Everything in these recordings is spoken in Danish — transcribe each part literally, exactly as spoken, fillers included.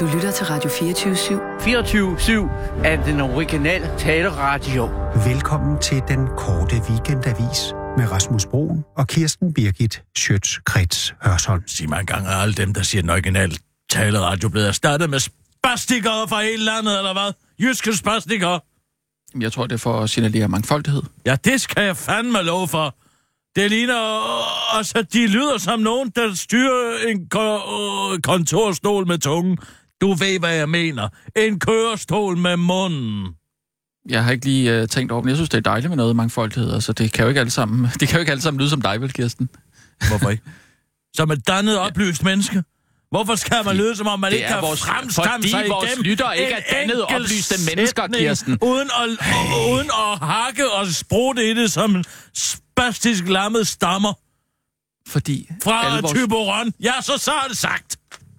Du lytter til Radio fireogtyve syv. fireogtyve syv er den originale taleradio. Velkommen til den korte weekendavis med Rasmus Broen og Kirsten Birgit Schøtz-Krets Hørsholm. Sig mig engang, at alle dem, der siger den originale taleradio, blevet erstattet med spastikere fra hele landet, eller hvad? Jyske spastikere. Jeg tror, det er for at signalere mangfoldighed. Ja, det skal jeg fandme lov for. Det ligner også, at de lyder som nogen, der styrer en ko- kontorstol med tungen. Du ved, hvad jeg mener. En kørestol med munden. Jeg har ikke lige uh, tænkt over, men jeg synes, det er dejligt med noget mangfoldighed. Altså, det kan jo ikke alle sammen, det kan jo ikke alle sammen lyde som dig, vel, Kirsten? Hvorfor ikke? Som et dannet, oplyst menneske. Hvorfor skal man lyde, som om man ikke kan fremstamme sig igennem? Fordi vores lytter ikke er dannet, oplyste mennesker, Kirsten. Uden at, hey. uden at hakke og sprutte i det som en spastisk lammet stammer. Fordi... Fra vores... Tyberon. Ja, så så er det sagt.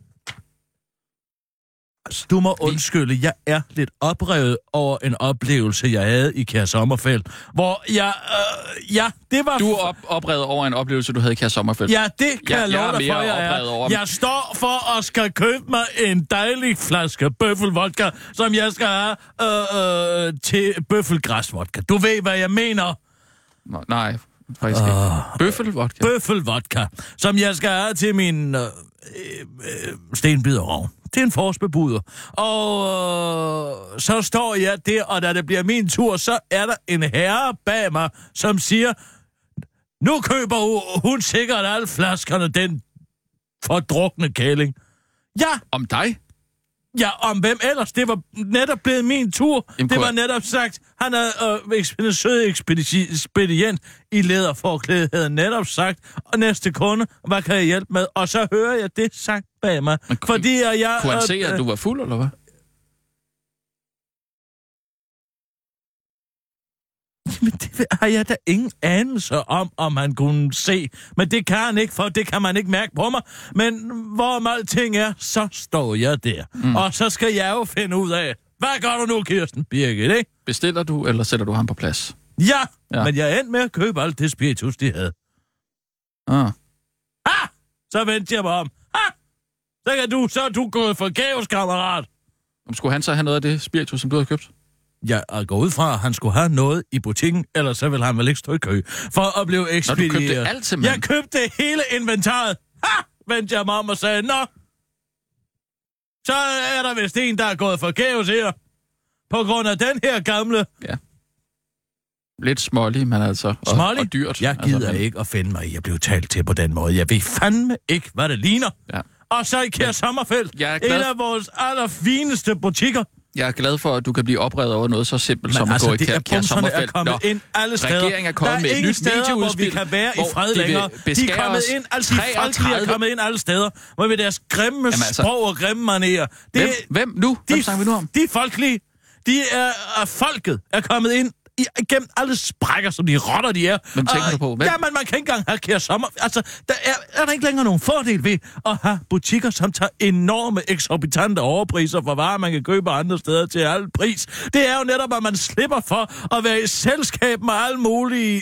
Du må undskylde, jeg er lidt oprevet over en oplevelse, jeg havde i Kjær Sommerfelt, hvor jeg, øh, ja, det var... Du er op, oprevet over en oplevelse, du havde i Kjær Sommerfelt? Ja, det kan jeg, jeg love dig for, jeg er. Over... Jeg står for at skal købe mig en dejlig flaske bøffelvodka, som jeg skal have øh, øh, til bøffelgræsvodka. Du ved, hvad jeg mener? Nå, nej, faktisk ikke. Uh, bøffelvodka? Bøffelvodka, som jeg skal have til min øh, øh, stenbiderovn. Det er en forårsbebuder. Og øh, så står jeg der, og da det bliver min tur, så er der en herre bag mig, som siger, nu køber hun sikkert alle flaskerne, den fordrukne kælling. Ja. Om dig? Ja, om hvem ellers? Det var netop blevet min tur. Jamen, det var netop sagt, han er øh, en sød ekspedient i læderforklæde, havde netop sagt, og næste kunde, hvad kan jeg hjælpe med? Og så hører jeg det sagt bag mig. Men, fordi jeg... Kunne han øh, se, at du var fuld, eller hvad? Men det har jeg da ingen anelse om, om han kunne se. Men det kan han ikke, for det kan man ikke mærke på mig. Men hvorom alting er, så står jeg der. Mm. Og så skal jeg jo finde ud af, hvad gør du nu, Kirsten Birgit, ikke? Bestiller du, eller sætter du ham på plads? Ja, ja. Men jeg endte med at købe alt det spiritus, de havde. Ah. Ha! Så vendte jeg mig om. Ha! Så kan du, så er du gået forgæves, kammerat. Om skulle han så have noget af det spiritus, som du har købt? Jeg går ud fra, at han skulle have noget i butikken, ellers så ville han vel ikke stå i kø for at blive ekspedieret. Nå, du købte alt simpelthen? Jeg købte hele inventaret. Ha! Vendte jeg mig om og sagde, nå, så er der vist en, der er gået forgæves her. På grund af den her gamle... Ja. Lidt smålig, men altså... Smålig? Og, og dyrt. Jeg gider altså, men... ikke at finde mig i at blive talt til på den måde. Jeg ved fandme ikke, hvad det ligner. Ja. Og så i Kjær Sommerfelt, en af vores allerfineste butikker. Jeg er glad for, at du kan blive oprevet over noget så simpelt som altså, at gå i Kjær Sommerfelt. Er kommet ind alle steder. Regeringen er kommet med et nyt medieudspil, hvor vi kan være i fred længere. De er kommet ind, altså de folkelige er kommet ind alle steder, hvor vi deres grimme altså, sprog og grimme manerer. Hvem, hvem nu? Hvem snakker vi nu om? De folkelige, de er, er folket, er kommet ind igennem alle sprækker, som de rotter, de er. Hvem tænker du på? Hvem? Jamen, man kan ikke engang have Kjær Sommer... Altså, der er, er der ikke længere nogen fordel ved at have butikker, som tager enorme, eksorbitante overpriser for varer, man kan købe andre steder til al pris. Det er jo netop, at man slipper for at være i selskab med alle mulige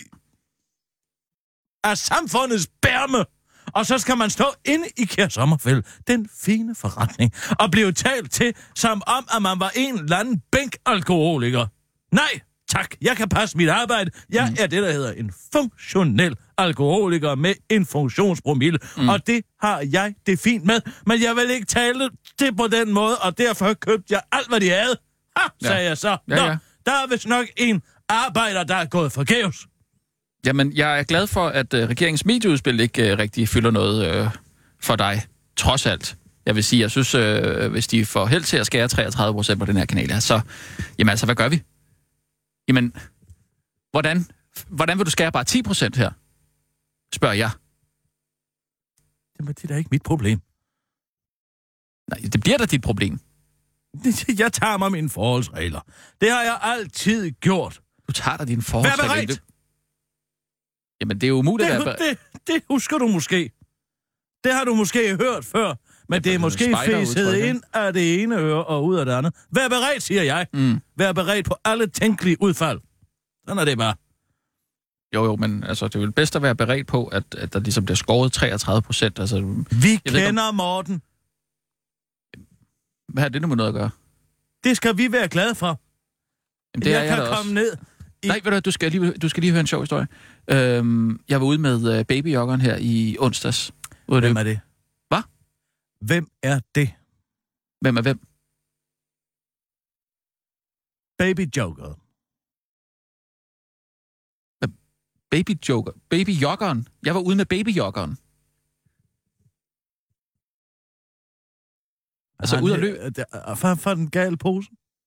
af samfundets bærme. Og så skal man stå inde i Kjær Sommerfelt, den fine forretning, og blive talt til, som om, at man var en eller anden bænkalkoholiker. Nej! Tak, jeg kan passe mit arbejde. Jeg mm. er det, der hedder en funktionel alkoholiker med en funktionspromille. Mm. Og det har jeg det fint med. Men jeg vil ikke tale det på den måde, og derfor købte jeg alt, hvad de havde. Ha, sagde ja. jeg så. Nå, ja, ja. Der er vist nok en arbejder, der er gået forgæves. Jamen, jeg er glad for, at uh, regeringens medieudspil ikke uh, rigtig fylder noget uh, for dig. Trods alt. Jeg vil sige, jeg synes, uh, hvis de får held til at skære treogtredive procent på den her kanal her, så, jamen altså, hvad gør vi? Jamen, hvordan, hvordan vil du skære bare ti procent her? Spørger jeg. Jamen, det er da ikke mit problem. Nej, det bliver da dit problem. Jeg tager mig mine forholdsregler. Det har jeg altid gjort. Du tager dig dine forholdsregler? Vær beredt! Det... Jamen, det er jo umuligt det, at være det, det husker du måske. Det har du måske hørt før. Men ja, det er måske fæset ind af det ene øre og ud af det andet. Vær beredt, siger jeg. Mm. Vær beredt på alle tænkelige udfald. Sådan er det bare. Jo, jo, men altså, det er vel bedst at være beredt på, at, at der ligesom bliver skåret treogtredive procent. Altså, vi kender om... Morten. Hvad har det nu med noget at gøre? Det skal vi være glade for. Jamen, det jeg er jeg kan da komme også. ned. I... Nej, ved du, du skal, lige, du skal lige høre en sjov historie. Øhm, jeg var ude med uh, babyjoggeren her i onsdags. Hvem er det? Hvad? Hvem er det? Hvem er hvem? Babyjoggeren. Babyjoker. Babyjoggeren. Jeg var ude med babyjoggeren. Altså Han, ud at løbe. For, for den gale pose?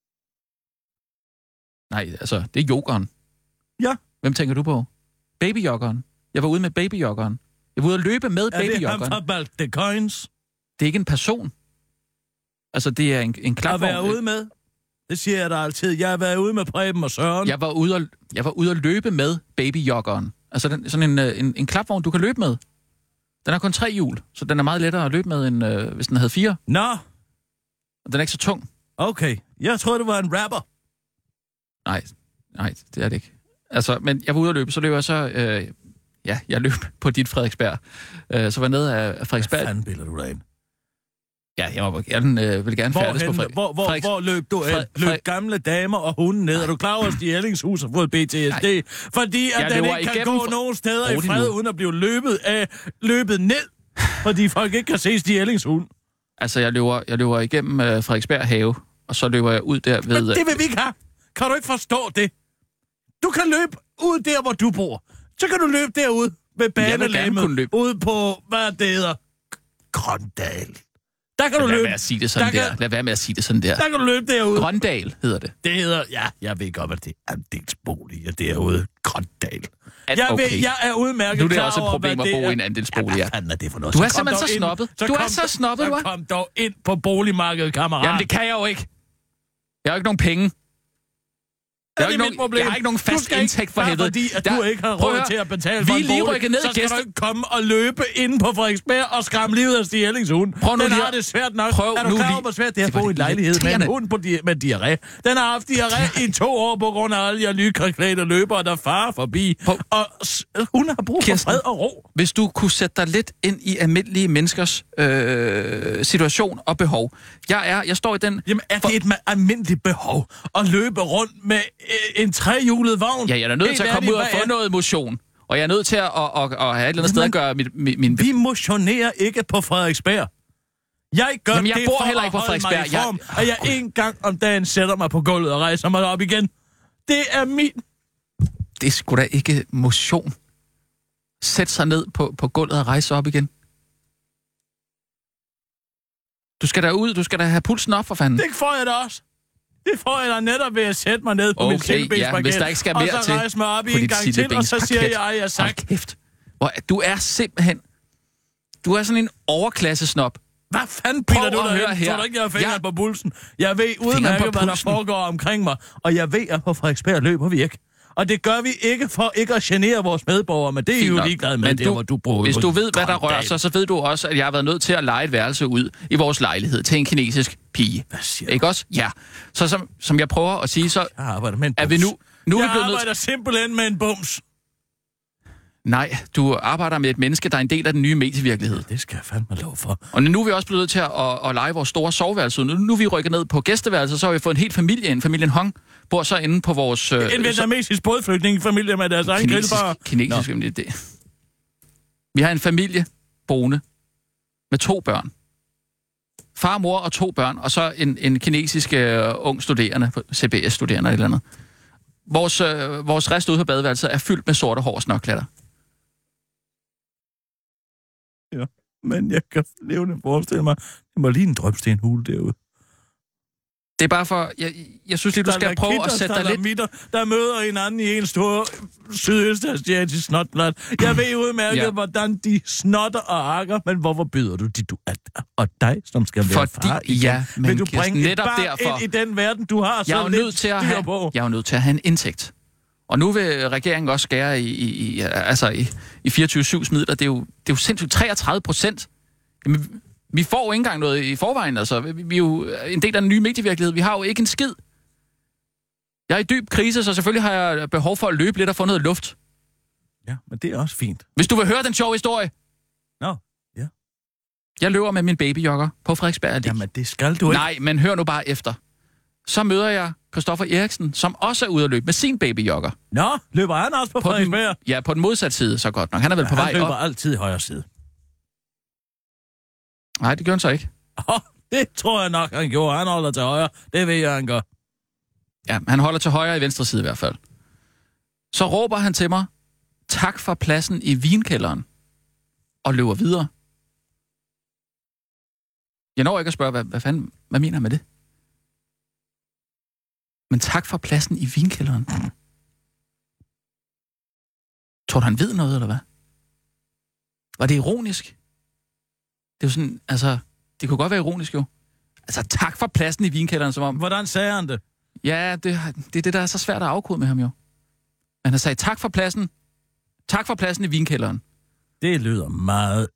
Nej, altså, det er jokeren. Ja. Hvem tænker du på? Babyjoggeren. Jeg var ude med babyjoggeren. Jeg var ude at løbe med er babyjoggeren. Er det ham fra Baltic Coins? Det er ikke en person. Altså, det er en, en klapvogn. At være ude med? Det siger jeg da altid. Jeg har været ude med Preben og Søren. Jeg var ude at, jeg var ude at løbe med babyjoggeren. Altså den, sådan en, en, en klapvogn, du kan løbe med. Den har kun tre hjul, så den er meget lettere at løbe med, end øh, hvis den havde fire. Nå. Og den er ikke så tung. Okay. Jeg troede, det var en rapper. Nej, nej, det er det ikke. Altså, men jeg var ude at løbe, så løb jeg så... Øh, ja, jeg løb på dit Frederiksberg. Øh, så var jeg nede af Frederiksberg. Hvad fanden billeder du dig ind? Ja, jeg var gerne, øh, ville gerne hvor færdes på henne, Frederik. hvor, hvor, Frederiks... hvor løb du? Frederik... Løb gamle damer og hunde ned? Er du klar over, at de Ellingshus har fået P T S D? Nej. Fordi at jeg den ikke kan gå for... nogen steder Rolig i fred, nu. uden at blive løbet af løbet ned. Fordi folk ikke kan se de Ellingshus. Altså, jeg løber, jeg løber igennem øh, Frederiksberg have, og så løber jeg ud der ved... Men det vil vi ikke have. Kan du ikke forstå det? Du kan løbe ud der, hvor du bor. Så kan du løbe derude med banelæmmet. Ude på, hvad det hedder? Grøndal. Der kan Lad du løbe. Lad være med at sige det sådan der. der. Kan... Lad være med at sige det sådan der. Der kan du løbe derude. Grøndal hedder det. Det hedder, ja, jeg ved godt, hvad det er. Andelsbolig, og derude. Grøndal. At, jeg, okay. ved, jeg er udmærket nu er det klar også et problem over, at bo i en andelsbolig. Ja, hvad fanden er det for noget? Du er så simpelthen så snobbet. Du er så snobbet, du er. Så kom dog ind på boligmarkedet, kammerat. Jamen, det kan jeg jo ikke. Jeg har jo ikke nogen penge. Jeg har, ikke nogen, jeg har ikke nogen fast indtægt for helvede. Fordi at der, du ikke har råd til at betale for vi en lige bolig, ned så skal gæster. du ikke komme og løbe inde på Frederiksberg og skræmme livet af Stig Ellingshus. Prøv nu Den lige har det svært nok. Prøv er du klar over, lige... hvor svært det er at bo i en lejlighed med en hund på di- med diarré? Den har haft diarré i to år på grund af alle de lykreklædte løbere, der farer forbi. Prøv. Og s- hun har brug for Kirsten, fred og ro. Hvis du kunne sætte dig lidt ind i almindelige menneskers øh, situation og behov. Jeg er, jeg står i den... Jamen, er for... det et ma- almindeligt behov at løbe rundt med øh, en trehjulet vogn? Ja, jeg er nødt Helt til at komme ærligt, ud og få er... noget motion. Og jeg er nødt til at, at, at, at have et eller andet sted at gøre mit, min... min... Vi motionerer ikke på Frederiksberg. Jeg gør Jamen, jeg det bor for heller at ikke på holde mig Frederiksberg. i form, Jeg... og jeg en gang om dagen sætter mig på gulvet og rejser mig op igen. Det er min... Det er sgu da ikke motion. Sæt sig ned på, på gulvet og rejse op igen. Du skal da ud, du skal da have pulsen op for fanden. Det får jeg da også. Det får jeg da netop ved at sætte mig ned på okay, min silbensbaguette, ja, hvis der ikke skal mere og så til rejse mig op i en gang til, og så siger jeg, at jeg er sagt. Kæft. Hvor, du er simpelthen... Du er sådan en overklassesnop. Hvad fanden piller du at der høre her? Tror du ikke, jeg har fingeren ja. på pulsen? Jeg ved udmærket, hvad der foregår omkring mig, og jeg ved, at på Frederiksberg løber vi ikke. Og det gør vi ikke for ikke at genere vores medborgere, men det er jo ligeglad med, der, hvor du bor. Hvis du ved, hvad der rører sig, så ved du også, at jeg har været nødt til at leje et værelse ud i vores lejlighed til en kinesisk pige. Hvad siger du? Ikke også? Ja. Så som, som jeg prøver at sige, så jeg arbejder med en bums. er vi nu... nu jeg er vi blevet arbejder nødt... simpelthen med en bums. Nej, du arbejder med et menneske, der er en del af den nye medievirkelighed. Det skal jeg fandme lov for. Og nu er vi også blevet nødt til at, at, at lege vores store soveværelse ud. Nu, nu er vi rykket ned på gæsteværelset, så har vi fået en hel familie ind. Familien Hong bor så inde på vores... En vietnamesisk bådflygtningefamilie med deres egen grillbar. Kinesisk, no. det, det. Vi har en familie boende med to børn. Far, mor og to børn, og så en, en kinesisk uh, ung studerende, C B S-studerende eller andet. Vores, uh, vores rest ude på badeværelset er fyldt med sorte hår og snørklatter. Ja, men jeg kan levende forestille mig, det må lige en drømstenhule derude. Det er bare for, jeg, jeg synes lige, du skal prøve at sætte dig lidt... Mitter, der møder hinanden i en stor sydøstasiatisk snotland. Jeg ved udmærket, ja. hvordan de snotter og akker, men hvorfor byder du de, du at, og dig, som skal være Fordi, far igen? ja, men vil du bringe netop et barn derfor, ind i den verden, du har så lidt styr have, på? Jeg er jo nødt til at have en indtægt. Og nu vil regeringen også skære i, i, i, altså i, i fireogtyve syvs midler. Det er jo, det er jo sindssygt treogtredive procent. Jamen, vi får jo ikke engang noget i forvejen. Altså, vi, vi er jo en del af den nye medievirkelighed. Vi har jo ikke en skid. Jeg er i dyb krise, så selvfølgelig har jeg behov for at løbe lidt og få noget luft. Ja, men det er også fint. Hvis du vil høre den sjove historie. Nå, ja. Jeg løber med min babyjogger på Frederiksberg Allé. Jamen, det skal du ikke. Nej, men hør nu bare efter. Så møder jeg Christoffer Eriksen, som også er ude at løbe med sin babyjogger. Nå, løber han også på, På Frederiksberg? den, ja, på den modsatte side, så godt nok. Han er vel Ja, på vej han løber op. altid i højre side. Nej, det gør han så ikke. Oh, det tror jeg nok, han gjorde. Han holder til højre. Det ved jeg, han gør. Ja, han holder til højre i venstre side i hvert fald. Så råber han til mig, tak for pladsen i vinkælderen, og løber videre. Jeg når ikke at spørge, hvad, hvad fanden, hvad mener han med det? Men tak for pladsen i vinkælderen. Tror du, han ved noget, eller hvad? Var det ironisk? Det er jo sådan, altså, det kunne godt være ironisk jo. Altså, tak for pladsen i vinkælderen, som om... Hvordan sagde han det? Ja, det, det er det, der er så svært at afkode med ham jo. Men han sagde, tak for pladsen. Tak for pladsen i vinkælderen. Det lyder meget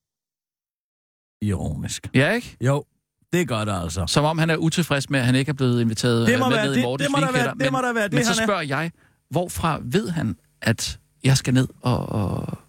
ironisk. Ja, ikke? Jo, det gør det altså. Som om han er utilfreds med, at han ikke er blevet inviteret Det må med være ned det- i Mortens det må der vinkælder. være- det må der være det, men så han er. spørger jeg, hvorfra ved han, at jeg skal ned og, og,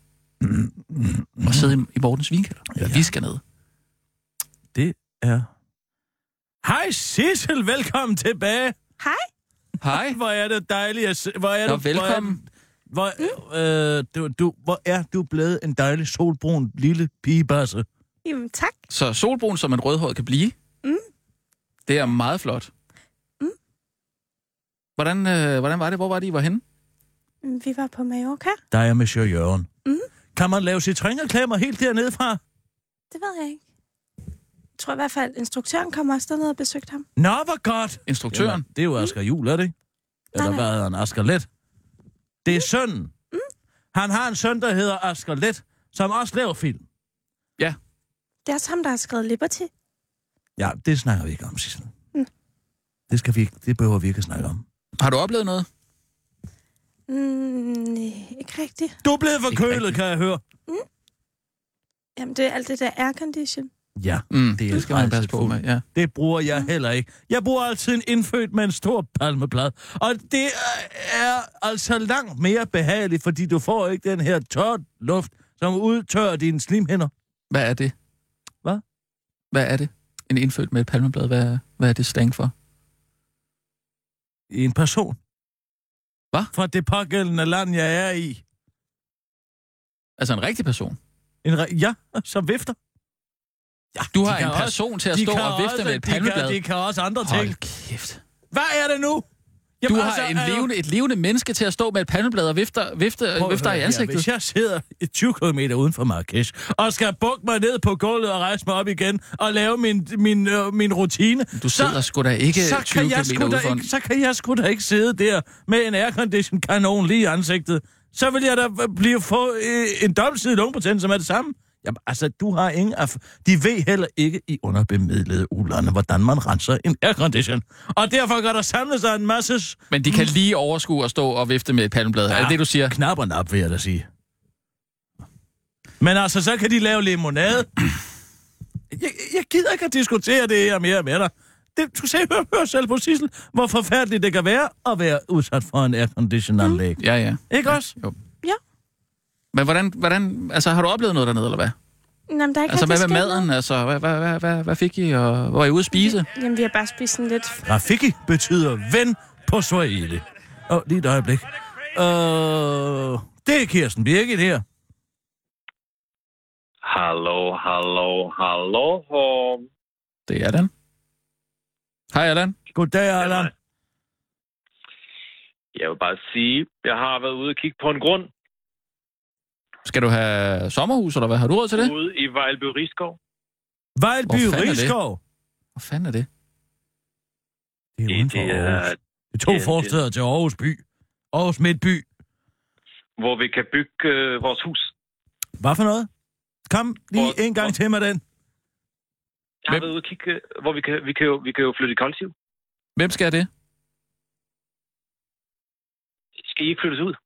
og sidde i, i Mortens vinkælder? Eller Ja. vi skal ned. Det er... Hej Sissel, velkommen tilbage. Hej. Hej. Hvor er det dejligt at se. Hvor er Nå, du, velkommen. Hvor, er, hvor, øh, du, du, hvor er du blevet en dejlig solbrun lille pigebasse? Jamen, tak. Så solbrun, som en rødhåret kan blive. Mm. Det er meget flot. Mm. Hvordan, øh, hvordan var det? Hvor var det, I var henne? Vi var på Mallorca. Der er Monsieur Jørgen. Mm. Kan man lave citronreklamer helt dernede fra? Det ved jeg ikke. Jeg tror i hvert fald, at instruktøren kommer også derned og besøgte ham. Nå, hvor godt. Instruktøren? Jamen, det er jo Asger Juhl, er det ikke? Eller Nej, nej. hvad hedder han? Asger Let. Det er sønnen. Mm. Han har en søn, der hedder Asger Let, som også laver film. Ja. Det er også ham, der har skrevet Liberty. Ja, det snakker vi ikke om, Sissel. Mm. Det, skal vi ikke, det behøver vi ikke at snakke om. Har du oplevet noget? Mm, nej, ikke rigtigt. Du er blevet Ikke forkølet, rigtigt. kan jeg høre. Jamen, det er alt det der aircondition. Ja, Mm, det er det skal man altid passe på fuld. med, ja. Det bruger jeg heller ikke. Jeg bruger altid en indfødt med en stor palmeblad. Og det er altså langt mere behageligt, fordi du får ikke den her tørt luft, som udtørrer dine slimhinder. Hvad er det? Hvad? Hvad er det? En indfødt med et palmeblad, hvad, hvad er det stand for? I en person. Hvad? Fra det pågældende land, jeg er i. Altså en rigtig person? En re- ja, som vifter. Ja, Du de har kan en også- person til at de stå kan og vifte også- med et de kan- palmeblad. De kan også andre ting. Hold kæft. Hvad er det nu? Du Jamen, har altså, en er jo- levende, et levende menneske til at stå med et palmeblad og vifte, vifte, Prøv at vifte dig høre i her. ansigtet. Hvis jeg sidder tyve kilometer uden for Marrakesh, og skal bukke mig ned på gulvet og rejse mig op igen, og lave min, min, øh, min rutine... Du sidder sgu da ikke så tyve kan, jeg kilometer sgu ude da for en... ikke, så kan jeg sgu da ikke sidde der med en aircondition-kanon lige i ansigtet. Så vil jeg da blive få øh, en dobbeltsidig lungebetændelse med det samme. Jamen, altså, du har ingen af... De ved heller ikke i underbemidlede ulande, hvordan man renser en aircondition. Og derfor kan der samle sig en masse... s- Men de kan lige overskue at stå og vifte med et palmeblad. Ja. Er det det, du siger? Knap og nap, vil jeg da sige. Men altså, så kan de lave limonade. Jeg, jeg gider ikke at diskutere det her mere med dig. Det, du se, hør, hør selv på Sissel, hvor forfærdeligt det kan være at være udsat for en aircondition-anlæg. Mm. Ja, ja. Ikke også? Jo. Ja. Men hvordan, hvordan... Altså, har du oplevet noget dernede, eller hvad? Jamen, der er ikke Altså, hvad rigtig med sket maden? noget. Altså, hvad, hvad, hvad, hvad, hvad fik I, og hvor er I ude at spise? Jamen, vi har bare spist sådan lidt... Rafiki betyder ven på Swahili. Åh, oh, lige et øjeblik. Uh, det er Kirsten Birgit her. Hallo, hallo, hallo. Det er Allan. Hej, Allan. Goddag, Allan. Jeg vil bare sige, jeg har været ude og kigge på en grund Skal du have sommerhus, eller hvad? Har du råd til det? ude i Vejlby Rigskov. Vejlby Hvor fanden er det? Rigskov. Hvor fanden er det? Det er uden for Det Aarhus. er, Det er to det er- forsteder til Aarhus by. Aarhus Midtby. hvor vi kan bygge øh, vores hus. Hvad for noget? Kom lige Hvor- en gang hvor- til med den. Jeg har Hvem? været ude og kigge, øh, hvor vi kan, vi kan, jo, vi kan jo flytte i kollektiv. Hvem skal det? Skal I ikke flyttes ud?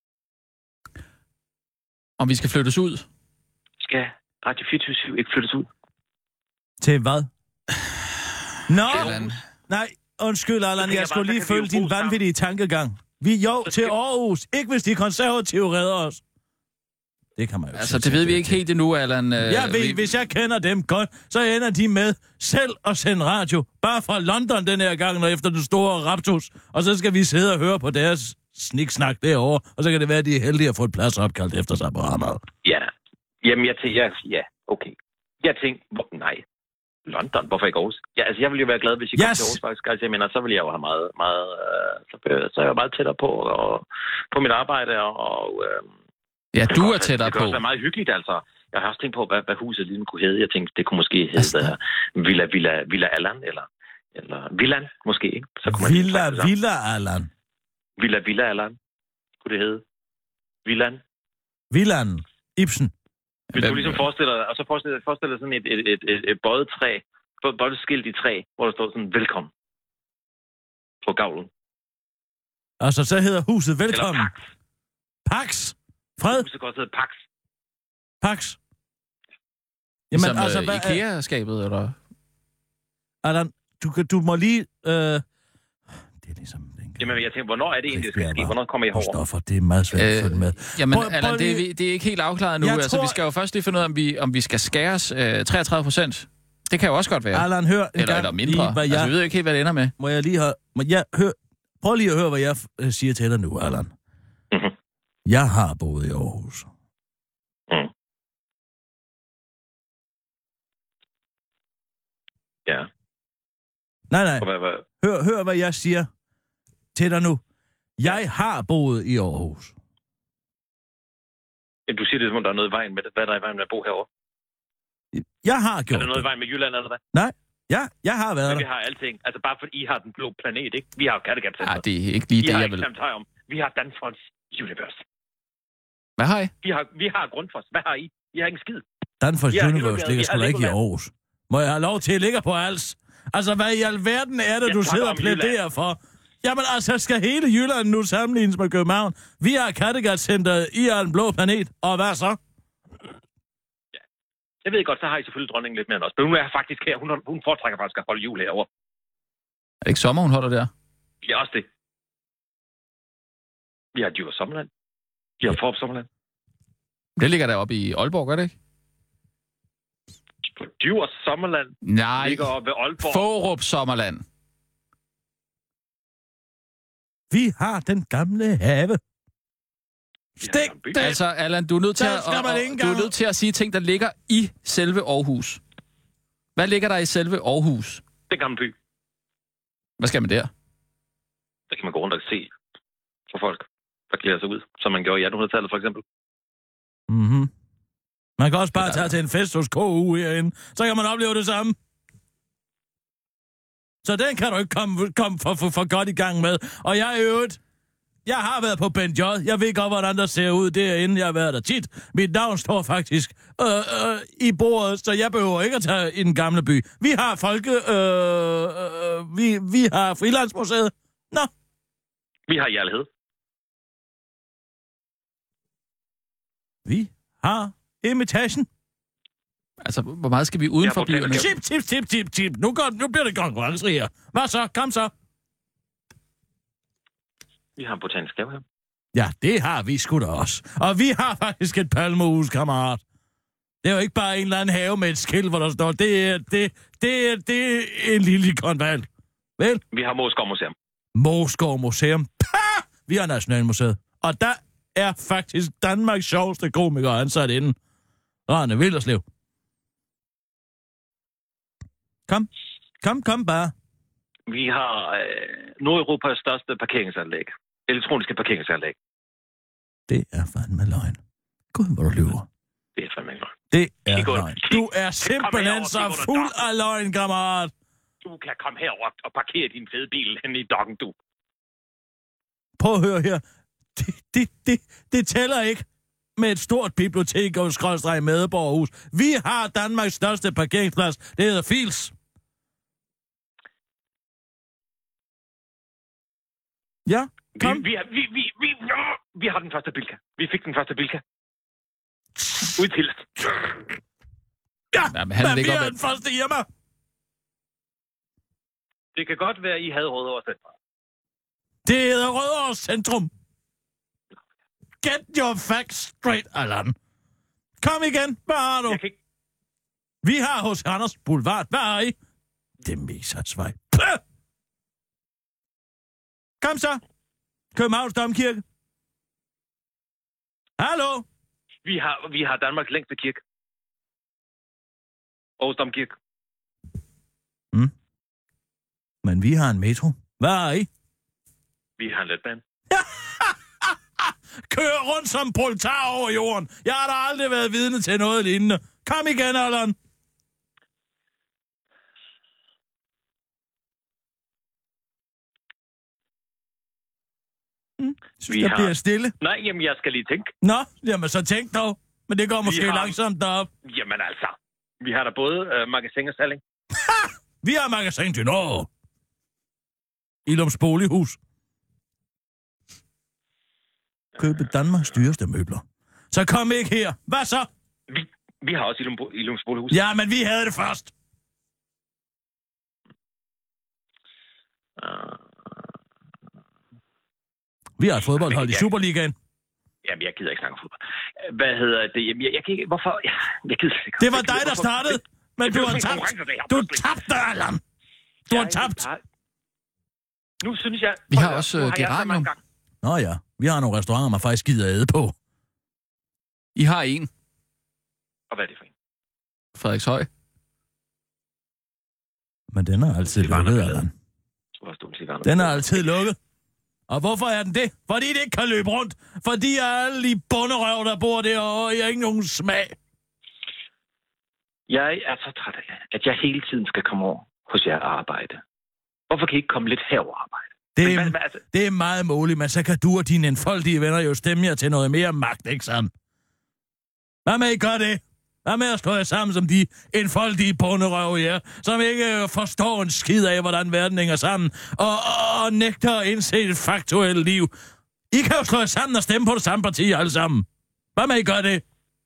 Om vi skal flyttes ud? Skal Radio fireogtyve syv ikke flyttes ud? Til hvad? Nå, Allan. nej, undskyld, Allan, tænker jeg jeg skulle bare, lige så kan vi følge jo din bo sammen. vanvittige tankegang. Vi jo til skal- Aarhus, ikke hvis de konservative redder os. Det kan man jo Altså, det ved vi ikke helt endnu, Allan. Øh, jeg ved, vi... hvis jeg kender dem godt, så ender de med selv at sende radio. Bare fra London den her gang, og efter den store raptus. Og så skal vi sidde og høre på deres sniksnak derovre, og så kan det være, at de er heldige at få et plads opkaldt efter sig på Amager. Ja. Jamen, jeg tænkte, ja, ja, okay. Jeg tænkte, hvor, nej, London, hvorfor ikke Aarhus? Ja, altså, jeg ville jo være glad, hvis I yes. kom til Aarhus, faktisk. Altså, jeg mener, så ville jeg jo have meget, meget, øh, så, så er jeg jo meget tættere på, og, på mit arbejde, og... og øh, ja, du er også, tættere det på. Det kan også være meget hyggeligt, altså. Jeg har også tænkt på, hvad, hvad huset lige kunne hedde. Jeg tænkte, det kunne måske hedde uh, Villa, Villa, Villa Allan, eller, eller Villan, måske, ikke? Så kunne man Villa, Villa Allan. Villa, Villa Allan, kunne det hedde. Villan. Villan. Ibsen. Hvis du ligesom forestiller dig, og så forestiller, forestiller sådan et, et, et, et, et bøjet træ, bøjet skilt i træ, hvor der står sådan, velkommen. På gavlen. Altså, så hedder huset velkommen. Eller Pax. Pax. Fred. Huset kan også hedde Pax. Pax. Jamen, som altså, uh, IKEA-skabet, eller? Allan, du, du må lige... Øh... Det er ligesom... Jamen, jeg tænker, hvornår er det egentlig, det skal ske? Hvornår kommer I herover? Stoffer, det er meget svært at følge med. Jamen, prøv, Allan, det, er, det er ikke helt afklaret nu. Jeg altså, tror... vi skal jo først lige finde ud af, om vi, om vi skal skæres øh, treogtredive procent. Det kan jo også godt være. Allan, hør en eller, gang eller mindre. Lige, jeg... Altså, vi ved jo ikke helt, hvad det ender med. Må jeg lige have... Må jeg hør... Prøv lige at høre, hvad jeg f- siger til dig nu, Allan. Mm-hmm. Jeg har boet i Aarhus. Mm. Ja. Nej, nej. Hvad, hvad? Hør, hør, hvad jeg siger til dig nu. Jeg har boet i Aarhus. Jamen, du siger det, som om der er noget i vejen med det. Hvad er der i vejen med at bo herovre? Jeg har gjort det. Er der noget i vejen med Jylland, eller hvad? Nej, ja, jeg har været Men der. vi har alting. Altså, bare fordi I har den blå planet, ikke? Vi har jo Kattegat-center. Nej, det er ikke lige I det, har jeg vil. ikke om. Vi har Danfoss Universe. Hvad har I? Vi har, vi har Grundfos. Hvad har I? I har ingen skid. Danfoss Ja, Universe ligger sgu da ikke i Aarhus. Må jeg have lov til at ligge på Als? Altså, hvad i alverden er det, jeg du sidder og plæderer for? Jamen, altså, skal hele Jylland nu sammenlignes med København? Vi har Kattegat-centret, I er en blå planet, og hvad så? Ja. Jeg ved godt, så har I selvfølgelig dronningen lidt mere end os. Men hun er faktisk her. Hun, hun foretrækker faktisk at holde jul herovre. Er det ikke sommer, hun holder der? Ja, også det. Vi har Djurs Sommerland. Vi har Forop Sommerland. Det ligger deroppe i Aalborg, gør det ikke? På Djurs Sommerland Nej, ligger oppe ved Aalborg. Fårup Sommerland. Vi har den gamle have. Stik det! Altså, Allan, du er nødt til, at, og, og, du er nødt til at sige ting, der ligger i selve Aarhus. Hvad ligger der i selve Aarhus? Den gamle by. Hvad skal man der? Der kan man gå rundt og se for folk, der klæder sig ud, som man gjorde i attenhundredetallet for eksempel. Mhm. Man kan også bare tage til en fest hos K U herinde, så kan man opleve det samme. Så den kan du ikke komme, komme for, for, for godt i gang med. Og jeg er øvrigt... Jeg har været på Ben J. Jeg ved godt, hvordan der ser ud derinde. Jeg har været der tit. Mit navn står faktisk øh, øh, i bordet, så jeg behøver ikke at tage i den gamle by. Vi har folke... Øh, øh, vi, vi har Frilandsmuseet. Nå. Vi har Hjerlighed. Vi har Imitagen. Altså, hvor meget skal vi uden for byerne? Tip, tip, tip, tip, tip. Nu, går, nu bliver det konkurrence her. Hvad så? Kom så. Vi har en botanisk have her. Ja, det har vi sgu da også. Og vi har faktisk et palmehus, kammerat. Det er jo ikke bare en eller anden have med et skilt, hvor der står, det er, det, det er, det er en lille konval. Vel? Vi har Moskov Museum. Moskov Museum. Pah! Vi har Nationalmuseet. Og der er faktisk Danmarks sjoveste komiker ansat inden. Rane Willerslev. Kom. Kom, kom bare. Vi har øh, Nordeuropas største parkeringsanlæg. Elektroniske parkeringsanlæg. Det er fandme løgn. Gud, hvor du lyver. Det er fandme løgn. Det er Kig løgn. Du er simpelthen så fuld af løgn, kammerat. Du kan komme herover og parkere din fede bil hen i dokken, du. Prøv at høre her. Det, det, det, det tæller ikke med et stort bibliotek og skrådstræk medborgerhus. Vi har Danmarks største parkeringsplads. Det hedder Fils. Ja, kom. Vi, vi, vi, vi, vi, vi har den første Bilka. Vi fik den første Bilka. Ud til. Ja, ja, men, men vi er den første hjemme. Det kan godt være, I havde Rødovre Centrum. Det hedder Rødovre Centrum. Get your facts straight, Allan. Kom igen. Hvad har du? Jeg kan ikke... Vi har hos Anders Boulevard. Hvad har I? Det messer svej. Kom så. Københavns Domkirke. Hallo? Vi har, vi har Danmarks længste kirke. Aarhus Domkirke. Mm. Men vi har en metro. Hvad har I? Vi har en letbane. Kører rundt som proletar over jorden. Jeg har da aldrig været vidne til noget lignende. Kom igen, Allan. Mm. Synes, Vi der har- bliver stille. Nej, jamen, jeg skal lige tænke. Nå, jamen så tænk dog. Men det går måske har- langsomt derop. Jamen altså, vi har der både øh, magasin og salling. Vi har magasin til Norge. Ilums Bolighus. Købe Danmarks dyreste møbler. Så kom ikke her. Hvad så? Vi, vi har også Ilum, Ilums Bolighus. Ja, men vi havde det først. Uh, Vi har et fodboldhold i Jeg- Superligaen. jamen, jeg gider ikke snakke om fodbold. Hvad hedder det? Jamen, jeg, jeg kan ikke... Hvorfor? Jeg, jeg gider ikke. Det var Jeg gider- dig, der hvorfor- startede. Det- Men det du blev har sådan en tabt. konkurrence, det her, Du pludselig. tabte, Allan. Du har Jeg- tabt. jeg- Nu synes jeg... Vi har Prøv at også, høre, øh, nu har jeg så geranium. mange gange- Nå ja, vi har nogle restauranter, man faktisk gider æde på. I har en. Og hvad er det for en? Frederikshøj. Men den er altid lukket, Allan. Hvor stod cigaretter? Den er altid lukket. Og hvorfor er den det? Fordi det ikke kan løbe rundt. Fordi alle de bunderøv, der bor derovre, jeg har ikke nogen smag. Jeg er så træt af, at jeg hele tiden skal komme over hos jer og arbejde. Hvorfor kan I ikke komme lidt herover og arbejde? Det Men er, hvad- hvad- altså- det er meget muligt, men så kan du og dine enfoldige venner jo stemme jer til noget mere magt, ikke sandt? Hvad med I gør det? Hvad med at slå jer sammen som de enfoldige bunderøv, ja, som ikke øh, forstår en skid af, hvordan verden hænger sammen, og, og, og nægter at indse et faktuelt liv. I kan jo slå jer sammen og stemme på det samme parti alle sammen. Hvad med I gør det?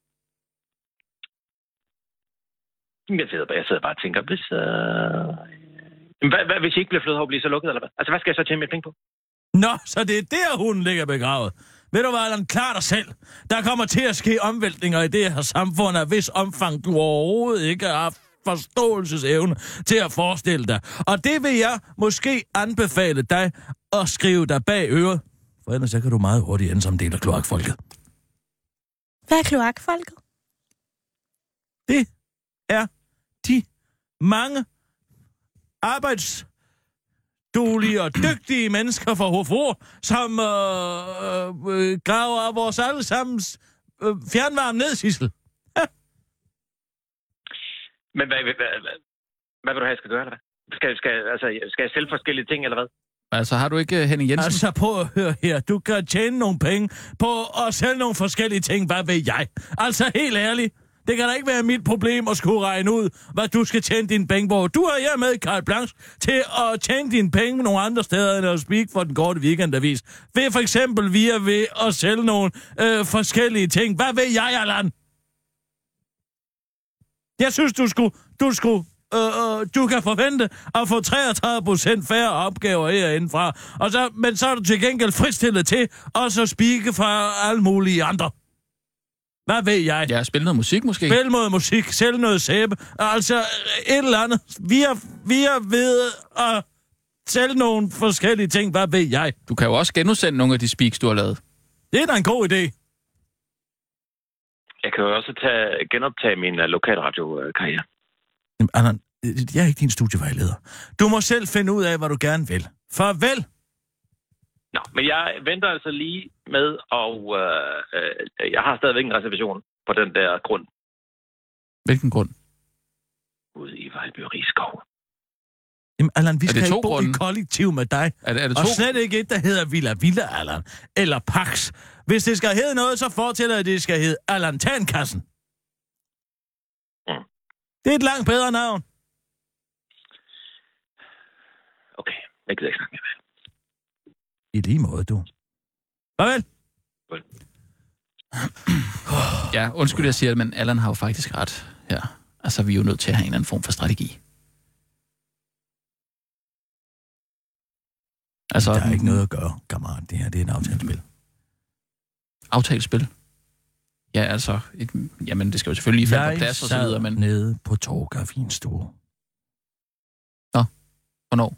Jeg sidder, bare, jeg sidder bare og tænker, hvis... Øh... Hvad, hvad, hvis I ikke bliver flyttet over, bliver I så lukket, eller hvad? Altså, hvad skal jeg så tjene mit penge på? Nå, så det er der, hun ligger begravet. Ved du hvad, Allan, klar dig selv. Der kommer til at ske omvæltninger i det her samfund af hvis omfang du overhovedet ikke har forståelsesevne til at forestille dig. Og det vil jeg måske anbefale dig at skrive dig bag øret. For ellers så kan du meget hurtigt ende som del af kloakfolket. Hvad er kloakfolket? Det er de mange arbejdsduelige og dygtige mennesker fra Hofo, som øh, øh, graver vores allesammens øh, fjernvarme ned, Sissel. Men hvad, hvad, hvad, hvad, hvad vil du have, jeg skal gøre, eller hvad? Skal, skal, altså, skal jeg sælge forskellige ting, eller hvad? Altså, har du ikke uh, Henning Jensen? Altså, prøv at høre her. Du kan tjene nogle penge på at sælge nogle forskellige ting. Hvad ved jeg? Altså, helt ærligt. Det kan da ikke være mit problem at skulle regne ud, hvad du skal tjene dine penge på. Du har her med Carl Blanche til at tjene dine penge nogle andre steder end at speak for den korte weekendavis. Ved for eksempel via ved at sælge nogle øh, forskellige ting. Hvad ved jeg, Allan? Jeg synes, du skulle... Du skulle Øh, øh, du kan forvente at få treogtredive procent færre opgaver herindefra. Og så, men så er du til gengæld fritstillet til at så spike fra alle mulige andre. Hvad ved jeg? Ja, spille noget musik måske? Spil noget musik, sælge noget sæbe. Altså et eller andet. Vi er, vi er ved at sælge nogle forskellige ting. Hvad ved jeg? Du kan jo også genudsende nogle af de speaks, du har lavet. Det er da en god idé. Jeg kan jo også tage, genoptage min uh, lokalradiokarriere. Jamen, Allan, jeg er ikke din studievejleder. Du må selv finde ud af, hvad du gerne vil. Farvel! Nå, men jeg venter altså lige med, og øh, øh, jeg har stadigvæk en reservation på den der grund Hvilken grund? ude i Vejlby Rigskov. Jamen, Allan, vi Er det skal to ikke bo grunde? i kollektiv med dig. Er det, er det Og to? slet ikke et, der hedder Villa Villa, Allan. Eller Pax. Hvis det skal hedde noget, så fortæller jeg, at det skal hedde Allan Tankassen. Mm. Det er et langt bedre navn. Okay, jeg gider ikke snakke mere. I lige måde, du. Farvel! Ja, undskyld, jeg siger det, men Allan har jo faktisk ret her. Altså, vi er jo nødt til at have en eller anden form for strategi. Altså, Der er ikke noget at gøre, kammerat. Det her, det er et aftalespil. Aftalespil. Ja, altså, et, jamen det skal jo selvfølgelig lige falde på plads og så videre, men... nede på Torga Vinstue. Nå, hvornår?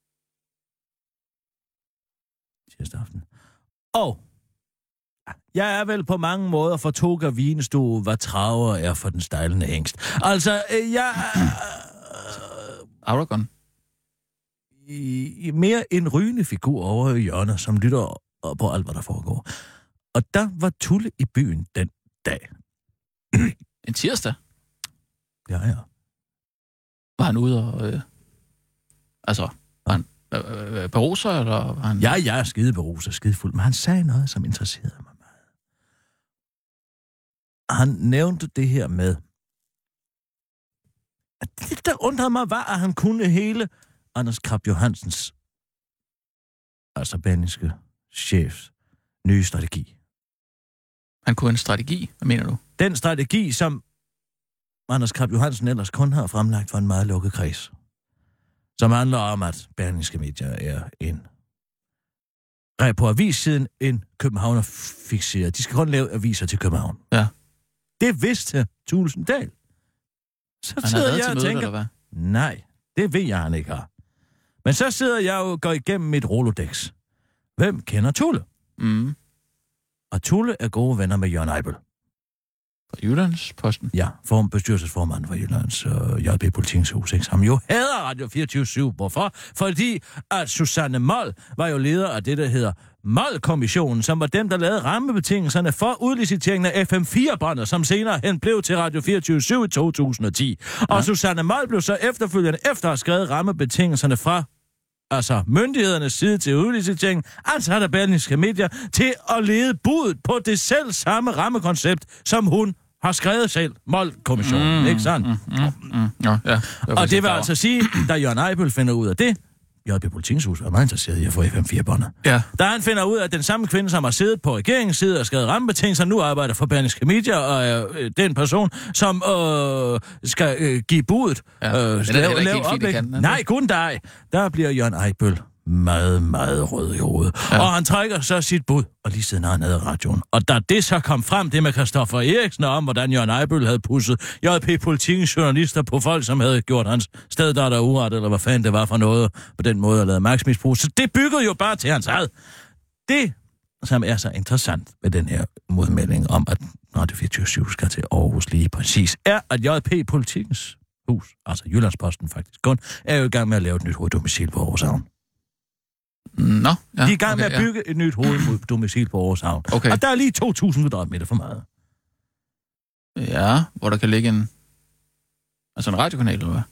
Tirsdag aften. Og jeg er vel på mange måder for Torga Vinstue, hvad traver er for den stejlende hængst. Altså, jeg... Øh, Aragorn? I, I mere en rygende figur over i hjørnet, som lytter på alt, hvad der foregår. Og der var Tulle i byen den dag. En tirsdag? Ja, ja. Var han ude og... Øh, altså, var han øh, øh, beruser, eller var han... Ja, jeg er skide beruser, skide fuld, men han sagde noget, som interesserede mig meget. Han nævnte det her med, at det, der undrede mig, var, at han kunne hele Anders Krab Johansens, altså Berlingske chefs, nye strategi. Han kunne en strategi? Hvad mener du? Den strategi, som Anders Krab Johansen ellers kun har fremlagt for en meget lukket kreds. Som handler om, at Berlingske Medier er en på avissiden en københavner fixeret. De skal kun lave aviser til København. Ja. Det vidste Tulsendal. Så han sidder jeg og mødet, tænker, eller hvad? Nej, det ved jeg, han ikke har. Men så sidder jeg og går igennem mit Rolodex. Hvem kender Tulle? Mm. Og Tulle er gode venner med Jørgen Eibel. Fra Jyllandsposten? Ja, form, bestyrelsesformand for Jyllands uh, J P Politikens Hus, ikke? Som jo hader Radio fireogtyve syv. Hvorfor? Fordi at Susanne Moll var jo leder af det, der hedder Moll-kommissionen, som var dem, der lavede rammebetingelserne for udliciteringen af F M fire-båndet, som senere hen blev til Radio fireogtyve syv i to tusind og ti. Ja. Og Susanne Moll blev så efterfølgende, efter at have skrevet rammebetingelserne fra altså myndighedernes side til udliciteringen, ansat af Berlingske Medier til at lede budet på det selv samme rammekoncept, som hun har skrevet selv, Moll-kommissionen, mm, ikke sandt? Mm, mm, mm, ja, ja, det og det vil altså sige, da Jørgen Eibel finder ud af det, J P Politikens Hus var meget interesseret i at få F M fire-båndet. Ja. Da han finder ud af, at den samme kvinde, som har siddet på regeringens side og skrevet rammebetingelser, nu arbejder for Berlingske Medier, og er øh, den person, som øh, skal øh, give budet. Ja. Øh, lave, lave oplæg. Nej, kun dig. Der bliver Jørgen Eibel meget, meget rød i hovedet. Ja. Og han trækker så sit bud, og lige siden han havde radioen. Og da det så kom frem, det med Christoffer Eriksen om, hvordan Jørgen Eibel havde pusset J P Politikens journalister på folk, som havde gjort hans sted, der der uret, eller hvad fanden det var for noget, på den måde at lave magtmisbrug. Så det byggede jo bare til hans eget. Det, som er så interessant med den her modmelding om, at Radio fireogtyve syv skal til Aarhus lige præcis, er, at J P Politikens Hus, altså Jyllandsposten faktisk kun, er jo i gang med at lave et nyt hoveddomicil på Aarhus Havn. Nå, ja, de er i gang okay, med at bygge ja. et nyt hoveddomicil på Aarhus Havn. Okay. Og der er lige to tusind kvadratmeter for meget. Ja, hvor der kan ligge en... Altså en radiokanal, eller hvad?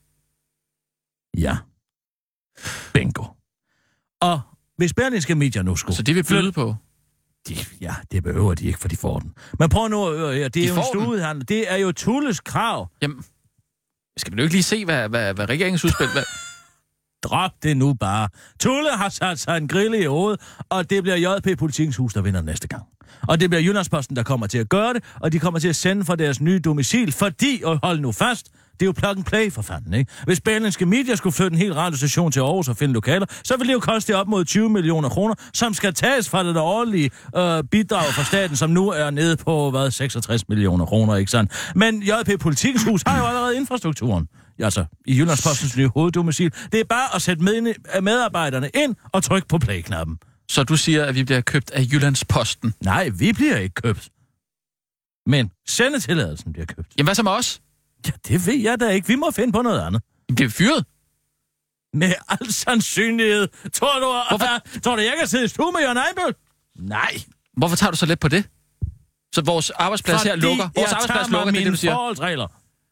Ja. Bingo. Og hvis Berlingske Medier nu skulle... Så de vil byde på? De, ja, det behøver de ikke, for de får den. Men prøv nu at høre her. Det er de jo en studehandel. Det er jo Tulles krav. Jamen, skal vi jo ikke lige se, hvad, hvad, hvad regeringens udspil... Hvad... Drop det nu bare. Tulle har sat sig en grille i hovedet, og det bliver J P Politikens Hus, der vinder næste gang. Og det bliver Jyllandsposten, der kommer til at gøre det, og de kommer til at sende for deres nye domicil, fordi, og hold nu fast, det er jo plug and play for fanden, ikke? Hvis Berlingske Medier skulle flytte en hel radiostation til Aarhus og finde lokaler, så vil det jo koste op mod tyve millioner kroner, som skal tages fra det årlige øh, bidrag fra staten, som nu er nede på, hvad, seksogtres millioner kroner, ikke sandt? Men J P Politikens Hus har jo allerede infrastrukturen. Altså, i Jyllandspostens nye hoveddomicil. Det er bare at sætte med, medarbejderne ind og trykke på play-knappen. Så du siger, at vi bliver købt af Jyllandsposten? Nej, vi bliver ikke købt. Men sendetilladelsen bliver købt. Jamen, hvad så med os? Ja, det ved jeg da ikke. Vi må finde på noget andet. Bliver vi fyret? Med al sandsynlighed. Tror du, Hvorfor? Uh, tror du, jeg kan sidde i stue med Jørgen Eibel? Nej. Hvorfor tager du så let på det? Så vores arbejdsplads Fordi her lukker? Vores arbejdsplads lukker, det er det, du siger? Forholdsregler.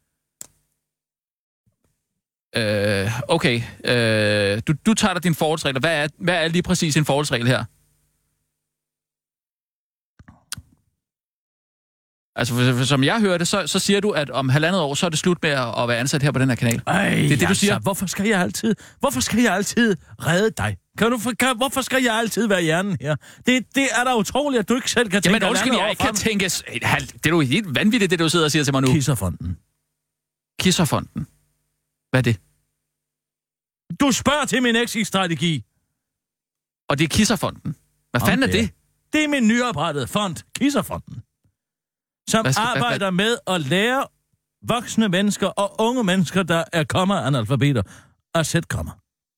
Øh, okay. Øh, du, du tager dig dine forholdsregler. Hvad er, hvad er lige præcis en forholdsregel her? Altså, for, for, som jeg hører det, så, så siger du, at om halvandet år, så er det slut med at, at være ansat her på den her kanal. Ej, det er det, du siger. Altså, hvorfor skal jeg altid, hvorfor skal jeg altid redde dig? Kan du, kan, hvorfor skal jeg altid være hjernen her? Det, det er da utroligt, at du ikke selv kan tænke... Jamen, undskyld, jeg ikke kan tænke... Det er jo helt vanvittigt, det du sidder og siger til mig nu. Kisserfonden. Kisserfonden. Hvad er det? Du spørger til min exit-strategi. Og det er Kisserfonden. Hvad fanden er det? Det er min nyoprettede fond, Kisserfonden. som Hvad skal- hvad- arbejder med at lære voksne mennesker og unge mennesker, der er komma-analfabeter, at sætte komma.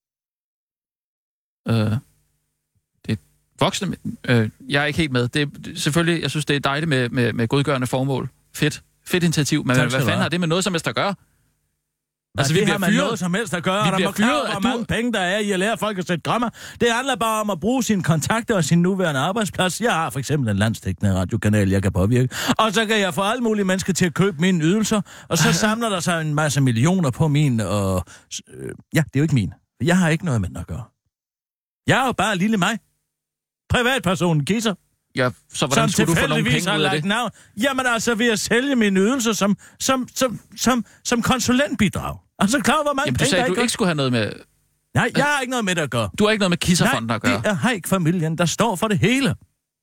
Øh, det er voksne... Øh, jeg er ikke helt med. Det er, det, selvfølgelig, jeg synes, det er dejligt med, med, med godgørende formål. Fedt. Fedt initiativ. Men Tak hvad skal du fanden have. har det med noget som helst at gøre? Altså, vi det bliver har man fyret. noget som helst at gøre, Vi og der bliver må klare, fyret, hvor at du- mange penge der er i at lære folk at sætte komma. Det handler bare om at bruge sine kontakter og sin nuværende arbejdsplads. Jeg har for eksempel en landsdækkende radiokanal, jeg kan påvirke. Og så kan jeg få alle mulige mennesker til at købe mine ydelser, og så samler der sig en masse millioner på min, og... Øh, ja, det er jo ikke min. Jeg har ikke noget med den at gøre. Jeg er jo bare lille mig. Privatpersonen Kisser. Ja, så hvordan Som skulle du få nogle tilfældigvis penge har ud af lagt det? navn. Jamen altså ved at sælge mine ydelser som, som, som, som, som konsulentbidrag. Altså klar, hvor mange Jamen, du penge sagde, der du ikke ikke skulle have noget med... Nej, jeg har ikke noget med det at gøre. Du har ikke noget med Kisserfonden Nej, at gøre. det er Haik-familien, der står for det hele.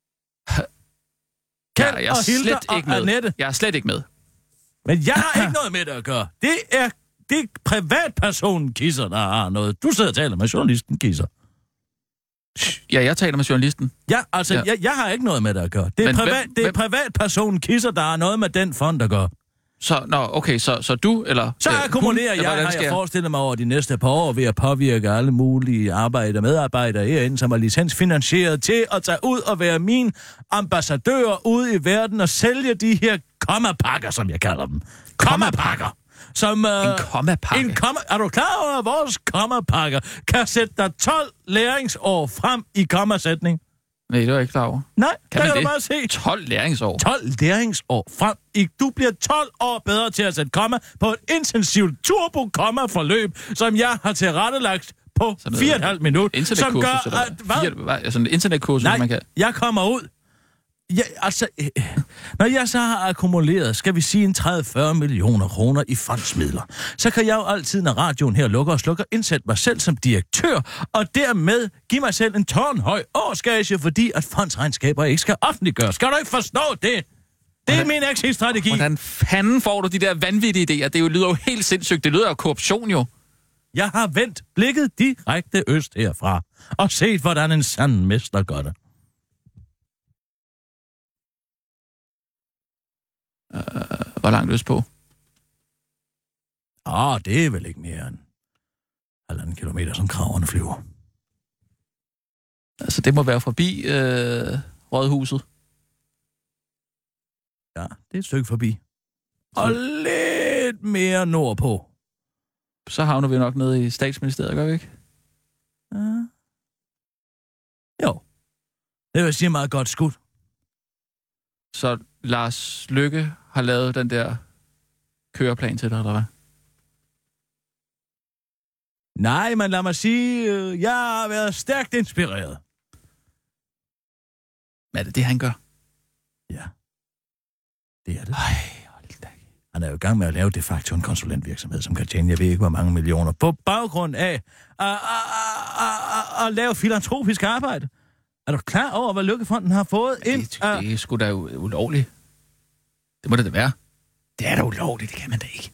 Kjeld Ja, jeg er og Hilda slet og ikke med. Annette. Jeg er slet ikke med. Men jeg har ikke noget med det at gøre. Det er, det er privatpersonen Kisser, der har noget. Du sidder og taler med journalisten Kisser. Ja, jeg taler med journalisten. Ja, altså, Ja. ja. Jeg, jeg har ikke noget med det at gøre. Det er, Men privat, hvem- det er hvem- privatpersonen Kisser, der har noget med den fond at gøre. Så, nå, okay, så, så du, eller... Så øh, akkumulerer hun, eller jeg, hvordan har skal jeg forestillet mig over de næste par år, ved at påvirke alle mulige arbejder og medarbejdere herinde, som er licensfinansieret til at tage ud og være min ambassadør ude i verden og sælge de her kommapakker, som jeg kalder dem. Kommapakker. Som, øh, En kommapakke? En komma, er du klar over, at vores kommapakker kan sætte dig tolv læringsår frem i kommasætning? Nej, det var jeg ikke klar over. Nej, Kan der man kan det? du bare se. tolv læringsår. tolv læringsår frem. I, du bliver tolv år bedre til at sætte komma på et intensivt turbo-komma-forløb, som jeg har tilrettelagt på fire og et halvt minut. Som Internetkursus, gør, eller at, hvad? fire, hvad? Altså en internetkursus, Nej, man kan... jeg kommer ud. Ja, altså, øh, når jeg så har akkumuleret, skal vi sige en tredive til fyrre millioner kroner i fondsmidler, så kan jeg jo altid, når radioen her lukker og slukker, indsætte mig selv som direktør, og dermed give mig selv en tårnhøj årsgage, fordi at fondsregnskaber ikke skal offentliggøres. Skal du ikke forstå det? Det er min exit-strategi. Hvordan fanden får du de der vanvittige idéer? Det jo lyder jo helt sindssygt. Det lyder jo korruption, jo. Jeg har vendt blikket direkte øst herfra, og set, hvordan en sand mester gør det. Uh, hvor langt øst på? Åh, oh, det er vel ikke mere end halvanden kilometer, som kraverne flyver. Altså, det må være forbi øh, Rådhuset. Ja, det er et stykke forbi. Og lidt mere nordpå. Så havner vi nok nede i Statsministeriet, gør vi ikke? Ja. Jo. Det vil sige meget godt skud. Så Lars Løkke har lavet den der køreplan til dig, eller hvad? Nej, men lad mig sige, øh, jeg har været stærkt inspireret. Hvad er det, det han gør? Ja. Det er det. Ej, hold da. Han er jo i gang med at lave de facto en konsulentvirksomhed, som kan tjene, jeg ved ikke, hvor mange millioner, på baggrund af at, at, at, at, at lave filantropisk arbejde. Er du klar over, hvad Lykkefonden har fået ind? Det, det er sgu da u- ulovligt. Det må det da være. Det er da ulovligt, det kan man da ikke.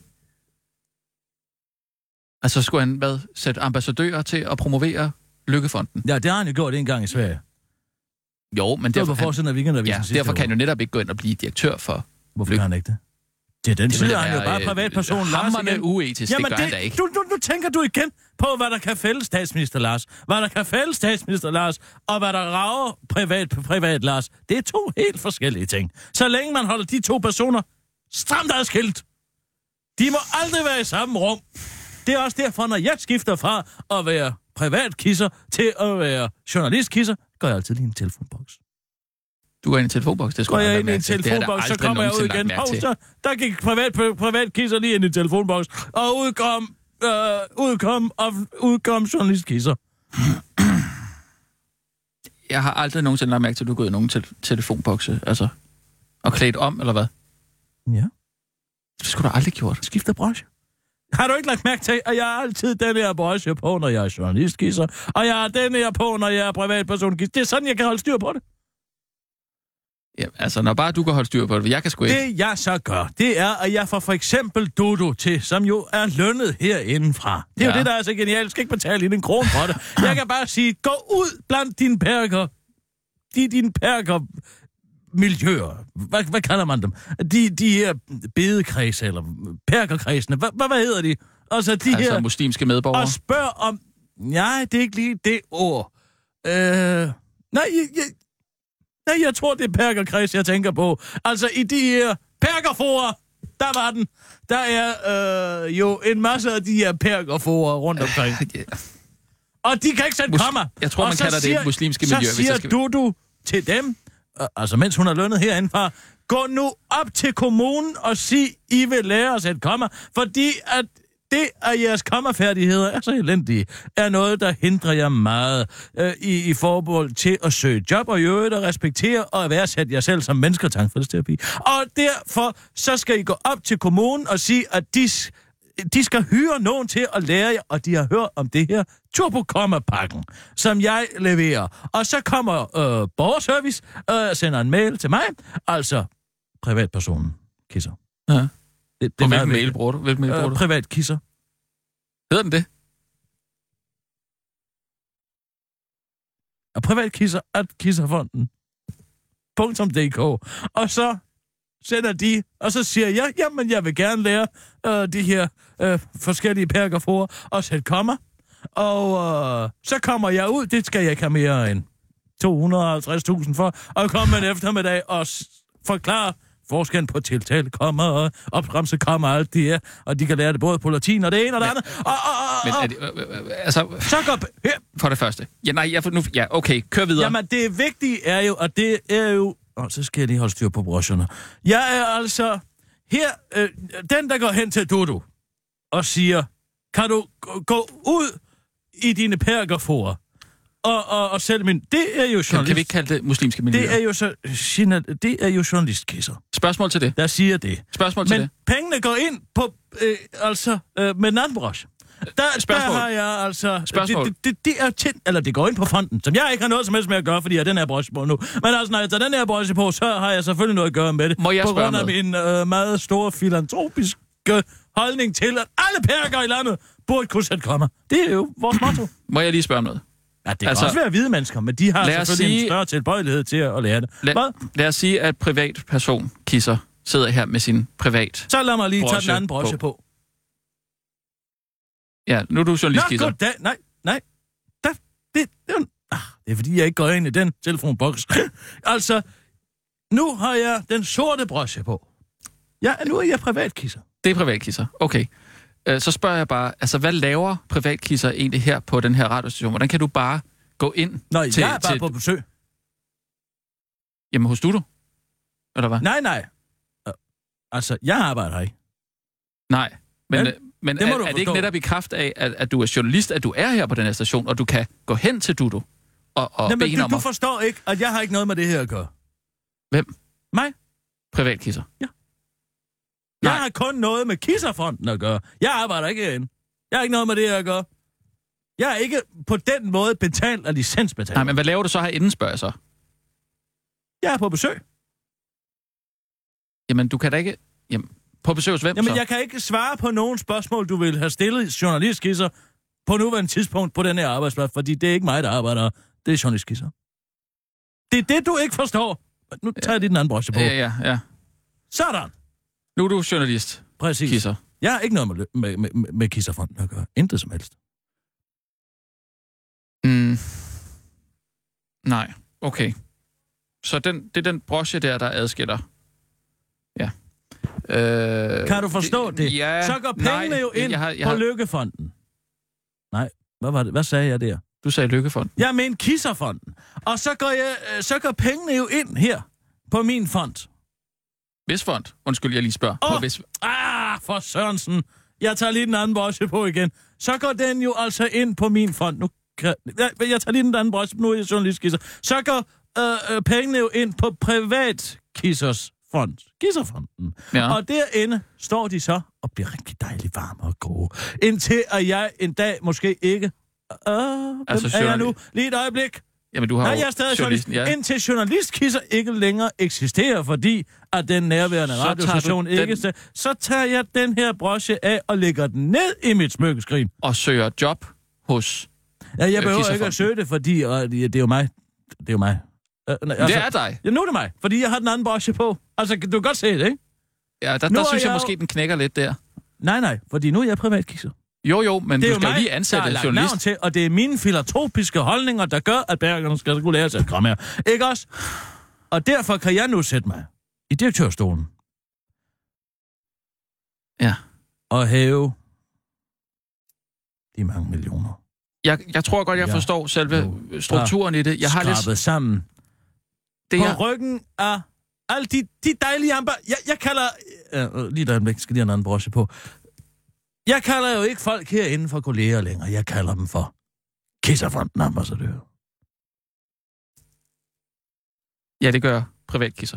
Altså, skulle han hvad, sætte ambassadører til at promovere Lykkefonden? Ja, det har han jo gjort en gang i Sverige. Jo, men Det var derfor, på forsiden af Weekendavisen ja, sidste derfor kan han uge. jo netop ikke gå ind og blive direktør for... Hvorfor kan han ikke det? Det er den Det side, vil han jo være, bare øh, privatperson Lars hamrende igen. uetisk, det gør han da ikke. Du, nu, nu tænker du igen på, hvad der kan fælde statsminister Lars. Hvad der kan fælde statsminister Lars, og hvad der rager privat privat Lars. Det er to helt forskellige ting. Så længe man holder de to personer stramt adskilt. De må aldrig være i samme rum. Det er også derfor, når jeg skifter fra at være privatkisser til at være journalistkisser, går jeg altid lige i en telefonboks. Du går ind i en telefonboks, det Går skulle jeg jeg ind i en telefonboks, så kommer jeg ud igen. Og så der gik privat, privat kisser lige ind i en telefonboks, og udkom, øh, udkom, og udkom journalistkisser. Jeg har aldrig nogensinde lagt mærke til, at du er gået i nogen te- telefonbokse, altså, og klædt om, eller hvad? Ja. Det skulle du aldrig gjort. Skifter branche. Har du ikke lagt mærke til, at jeg har altid den her branche på, når jeg er journalistkisser, og jeg har den her på, når jeg er privatpersonkisser. Det er sådan, jeg kan holde styr på det. Ja, altså, når bare du kan holde styr på det, jeg kan sgu ikke. Det jeg så gør, det er, at jeg får for eksempel Dodo til, som jo er lønnet herindefra. Det er ja. jo det, der er så genialt. Jeg skal ikke betale en krone for det. Jeg kan bare sige, gå ud blandt dine perker. De dine perker miljøer, hvad, hvad kalder man dem? De, de her bedekredse, eller perkerkredsene, hvad, hvad, hvad hedder de? Altså, de altså her, muslimske medborgere. Og spørg om... Nej, det er ikke lige det ord. Øh, nej, jeg, jeg, nej, jeg tror, det er perkerkreds, jeg tænker på. Altså, i de her perkerforer, der var den. Der er øh, jo en masse af de her perkerforer rundt omkring. Uh, yeah. Og de kan ikke sætte Mus- komma. Jeg tror, man kalder siger, det muslimske miljø. Så siger hvis skal... du, du til dem, øh, altså mens hun er lønnet herindefra, gå nu op til kommunen og sig, I vil lære at sætte komma, fordi at det, at jeres kommafærdigheder er så elendige, er noget, der hindrer jer meget øh, i, i forhold til at søge job, og i øvrigt at respektere og værdsætte jer selv som mennesker, tankfællesterapi. Og derfor, så skal I gå op til kommunen og sige, at de, de skal hyre nogen til at lære jer, og de har hørt om det her turbokomma-pakken, som jeg leverer. Og så kommer øh, borgerservice og øh, sender en mail til mig, altså privatpersonen kisser. Ja. Det, det og hvilken mail bruger du? Hvilken mail bruger du? Øh, privat kisser. Hedder den det? Og privat kisser at kisserfonden. .dk. Og så sender de, og så siger jeg, jamen jeg vil gerne lære øh, de her øh, forskellige perkerforer og sætte komma. Og øh, så kommer jeg ud, det skal jeg ikke have mere end to hundrede og halvtreds tusind for, og komme en eftermiddag og s- forklare forskellen på tiltale, kommer og opskremse, kommer og alt det her, og de kan lære det både på latin og det ene og det andet. Og, og, og, Men er det, øh, øh, altså... Så går... Her. For det første. Ja, nej, jeg, nu, ja, okay, kør videre. Jamen, det vigtige er jo, og det er jo... Åh, så skal jeg lige holde styr på brocherne. Jeg er altså... Her, øh, den der går hen til Dudu og siger, kan du g- gå ud i dine perkerforer og, og, og sælge min... Det er jo journalist... Kan, kan vi ikke kalde det muslimske miljøer? Det er jo så... Det er jo journalistkisser. Spørgsmål til det. Der siger det. Spørgsmål til Men det. pengene går ind på... Øh, altså, øh, med en anden broche. Der, Spørgsmål. der har jeg altså... Spørgsmål. Det, det, det er til, eller det går ind på fonden, som jeg ikke har noget som helst med at gøre, fordi jeg har den her broche på nu. Men altså, når jeg tager den her broche på, så har jeg selvfølgelig noget at gøre med det. Må jeg på spørge grund af min øh, meget store filantropiske holdning til, at alle perker i landet burde kunne sætte komma. Det er jo vores motto. Må jeg lige spørge om noget? Ja, det kan Altså, også være hvide mennesker, men de har selvfølgelig sige, en større tilbøjelighed til at lære det. La, Hvad? lad os sige, at privatperson kisser sidder her med sin privat... Så lad mig lige tage den anden broche broche på. på. Ja, nu er du journalist, Nå, kisser. goddag. Nej, nej. Da, det, det, det, ah, det er fordi, jeg ikke går ind i den telefonboks. Altså, nu har jeg den sorte broche på. Ja, nu er jeg privatkisser. Det er privatkisser. Okay. Øh, så spørger jeg bare, altså, hvad laver privatkisser egentlig her på den her radiostation? Hvordan kan du bare gå ind Nå, til... jeg er bare til... på besøg. Jamen, hos Dudu? Eller hvad? Nej, nej. Altså, jeg arbejder ikke. Nej. Men, Ja, men det må er, du er det ikke forstå. netop i kraft af, at, at du er journalist, at du er her på den her station, og du kan gå hen til Dudu og, og Jamen, bede hende du, om du at... forstår ikke, at jeg har ikke noget med det her at gøre. Hvem? Mig? Privatkisser? Ja. Nej. Jeg har kun noget med Kisserfonden at gøre. Jeg arbejder ikke herinde. Jeg har ikke noget med det her at gøre. Jeg er ikke på den måde betalt af licensbetaling. Nej, men hvad laver du så herinde, spørger jeg så? Jeg er på besøg. Jamen, du kan da ikke... Jamen, på besøg hos hvem Jamen, så? jeg kan ikke svare på nogen spørgsmål, du vil have stillet journalistkisser på nuværende tidspunkt på den her arbejdsplads, fordi det er ikke mig, der arbejder. Det er journalistkisser. Det er det, du ikke forstår. Nu tager jeg lige den anden broche på. Ja, ja, ja. Sådan. Nu er du journalist. Præcis. Kisser. Jeg har ikke noget med, med, med, med, med Kisserfonden at gøre. Intet som helst. Mm. Nej, okay. Så den, det er den broche der, der adskiller. Ja. Øh, Kan du forstå det? det? Ja, Så går pengene nej, jo ind jeg har, jeg på har, Lykkefonden. Nej, hvad var det? Hvad sagde jeg der? Du sagde Lykkefond. Jeg mener Kisserfonden. Og så går, jeg, så går pengene jo ind her på min fond. Hvis fond? Undskyld, jeg lige spørger. Åh, På hvis... ah, for Sørensen. Jeg tager lige den anden broche på igen. Så går den jo altså ind på min fond. Nu kan... jeg, jeg tager lige den anden broche, nu er jeg journalistkisser. Så går øh, øh, pengene jo ind på privatkissers fond. Kisserfonden. Ja. Og derinde står de så og bliver rigtig dejligt varme og gode. Indtil at jeg en dag måske ikke... Øh, hvem Altså, er jeg nu? journalist- Lige et øjeblik. Jamen, du har Nej, jo jeg er stadig journalist. journalist. Ja. Indtil journalistkisser ikke længere eksisterer, fordi at den nærværende Så tager radiostation du ikke... den- Den... Så tager jeg den her broche af og lægger den ned i mit smykkeskrin. Og søger job hos... Ja, jeg Øh, behøver ikke Kisserfonden. at søge det, fordi og det det er jo mig. Det er jo mig. Øh, nej, Altså, det er dig. Ja, nu er det mig, fordi jeg har den anden broche på. Altså, du kan godt se det, ikke? Ja, der, der synes jeg, jeg måske, den knækker lidt der. Nej, nej, fordi nu er jeg privatkisser. Jo, jo, men det du skal jo lige ansætte en journalist. Navn til, og det er mine filantropiske holdninger, der gør, at Bergerne skal skulle lære sig at kramme her. Ikke også? Og derfor kan jeg nu sætte mig i direktørstolen. Ja. Og hæve de mange millioner. Jeg, jeg tror godt, jeg ja. forstår selve strukturen i det. Jeg har lidt sammen det på her... ryggen af alle de, de dejlige amber. Jeg, jeg kalder... Øh, lige der øjeblik, skal lige have en anden broche på. Jeg kalder jo ikke folk herinde for kolleger længere. Jeg kalder dem for Kisserfronten ambassadører. Ja, det gør privatkisser.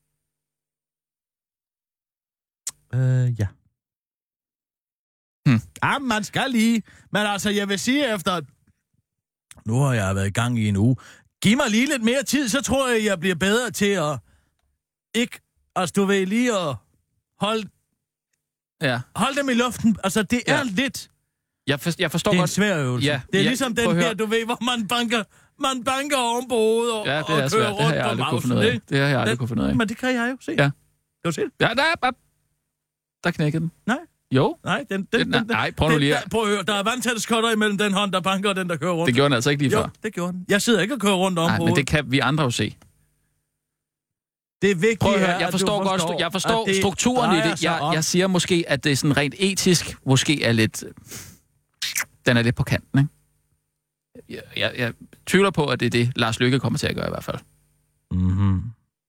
Øh, ja. Hmm. Ja, man skal lige. Men altså, jeg vil sige efter... Nu har jeg været i gang i en uge. Giv mig lige lidt mere tid, så tror jeg, jeg bliver bedre til at... Ikke... Altså, du ved lige at holde... Ja. Hold dem i luften. Altså, det er ja. lidt... Jeg, for, jeg forstår godt... Det er godt... en svær øvelse. Ja, det er ja, ligesom den her, du ved, hvor man banker... Man banker oven på hovedet og, ja, det er og svært. kører rundt det har jeg på aldrig kunne mausen, finde ud af. ikke? Det har jeg aldrig kunne finde ud af. Men det kan jeg jo se. Ja. Kan du se det? Ja, der er bare... Der knækkede den. Nej. Jo. Nej, den... den, nej, den nej, prøv nu lige at... Der, prøv at høre, der er vandtætte skotter imellem den hånd, der banker og den, der kører rundt. Det gjorde den altså ikke lige jo, før. det gjorde den. Jeg sidder ikke og kører rundt om nej, på men det kan vi andre jo se. Det er vigtigt, prøv at høre, her, jeg forstår, forstår godt, jeg forstår det strukturen i det. Jeg, jeg siger måske, at det er sådan rent etisk, måske er lidt... Den er lidt på kanten, ikke? Jeg, jeg, jeg tvivler på, at det er det, Lars Løkke kommer til at gøre i hvert fald. Mhm.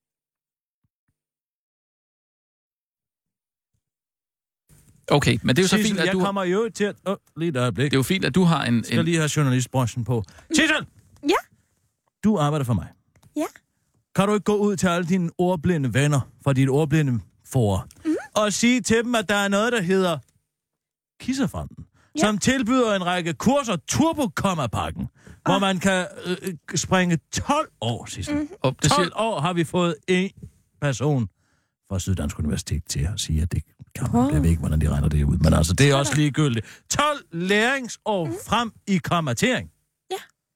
Okay, men det er jo så Sissel, fint, at jeg du... Jeg kommer jo til at... Åh, oh, lige et øjeblik. Det er jo fint, at du har en... Jeg skal en... lige have journalistbranchen på. Sissel! Ja? Du arbejder for mig. Ja. Kan du ikke gå ud til alle dine ordblinde venner fra dit ordblinde for mm. og sige til dem, at der er noget, der hedder Kisserfronten, ja. som tilbyder en række kurser, Turbo-komma-pakken, ah. hvor man kan øh, springe tolv år, Sissel. Mm. tolv år har vi fået en person fra Syddansk Universitet til at sige, at det kan man. Oh. Jeg ved ikke, hvordan de regner det ud, men altså, det er også ligegyldigt. tolv læringsår mm. frem i kommatering. Ja.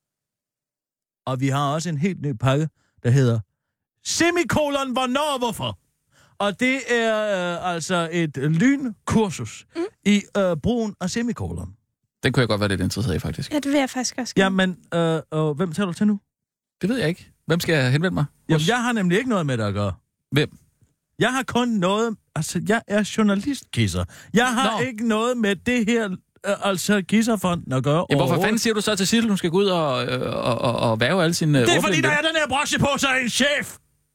Og vi har også en helt ny pakke, der hedder Semikolon, hvornår og hvorfor. Og det er øh, altså et lynkursus mm. i øh, brugen af semikolon. Den kunne jeg godt være lidt interesseret i, faktisk. Ja, det vil jeg faktisk også. Jamen, øh, øh, hvem tager du til nu? Det ved jeg ikke. Hvem skal jeg henvende mig? Jamen, jeg har nemlig ikke noget med det at gøre. Hvem? Jeg har kun noget... Altså, jeg er journalistkisser. Jeg har Nå. ikke noget med det her... Øh, altså, Kisserfonden at gøre. Ja, hvorfor fanden siger du så til Sissel, hun skal gå ud og, øh, og, og, og værve alle sine... Det er fordi, der er den her broche på, så er en chef!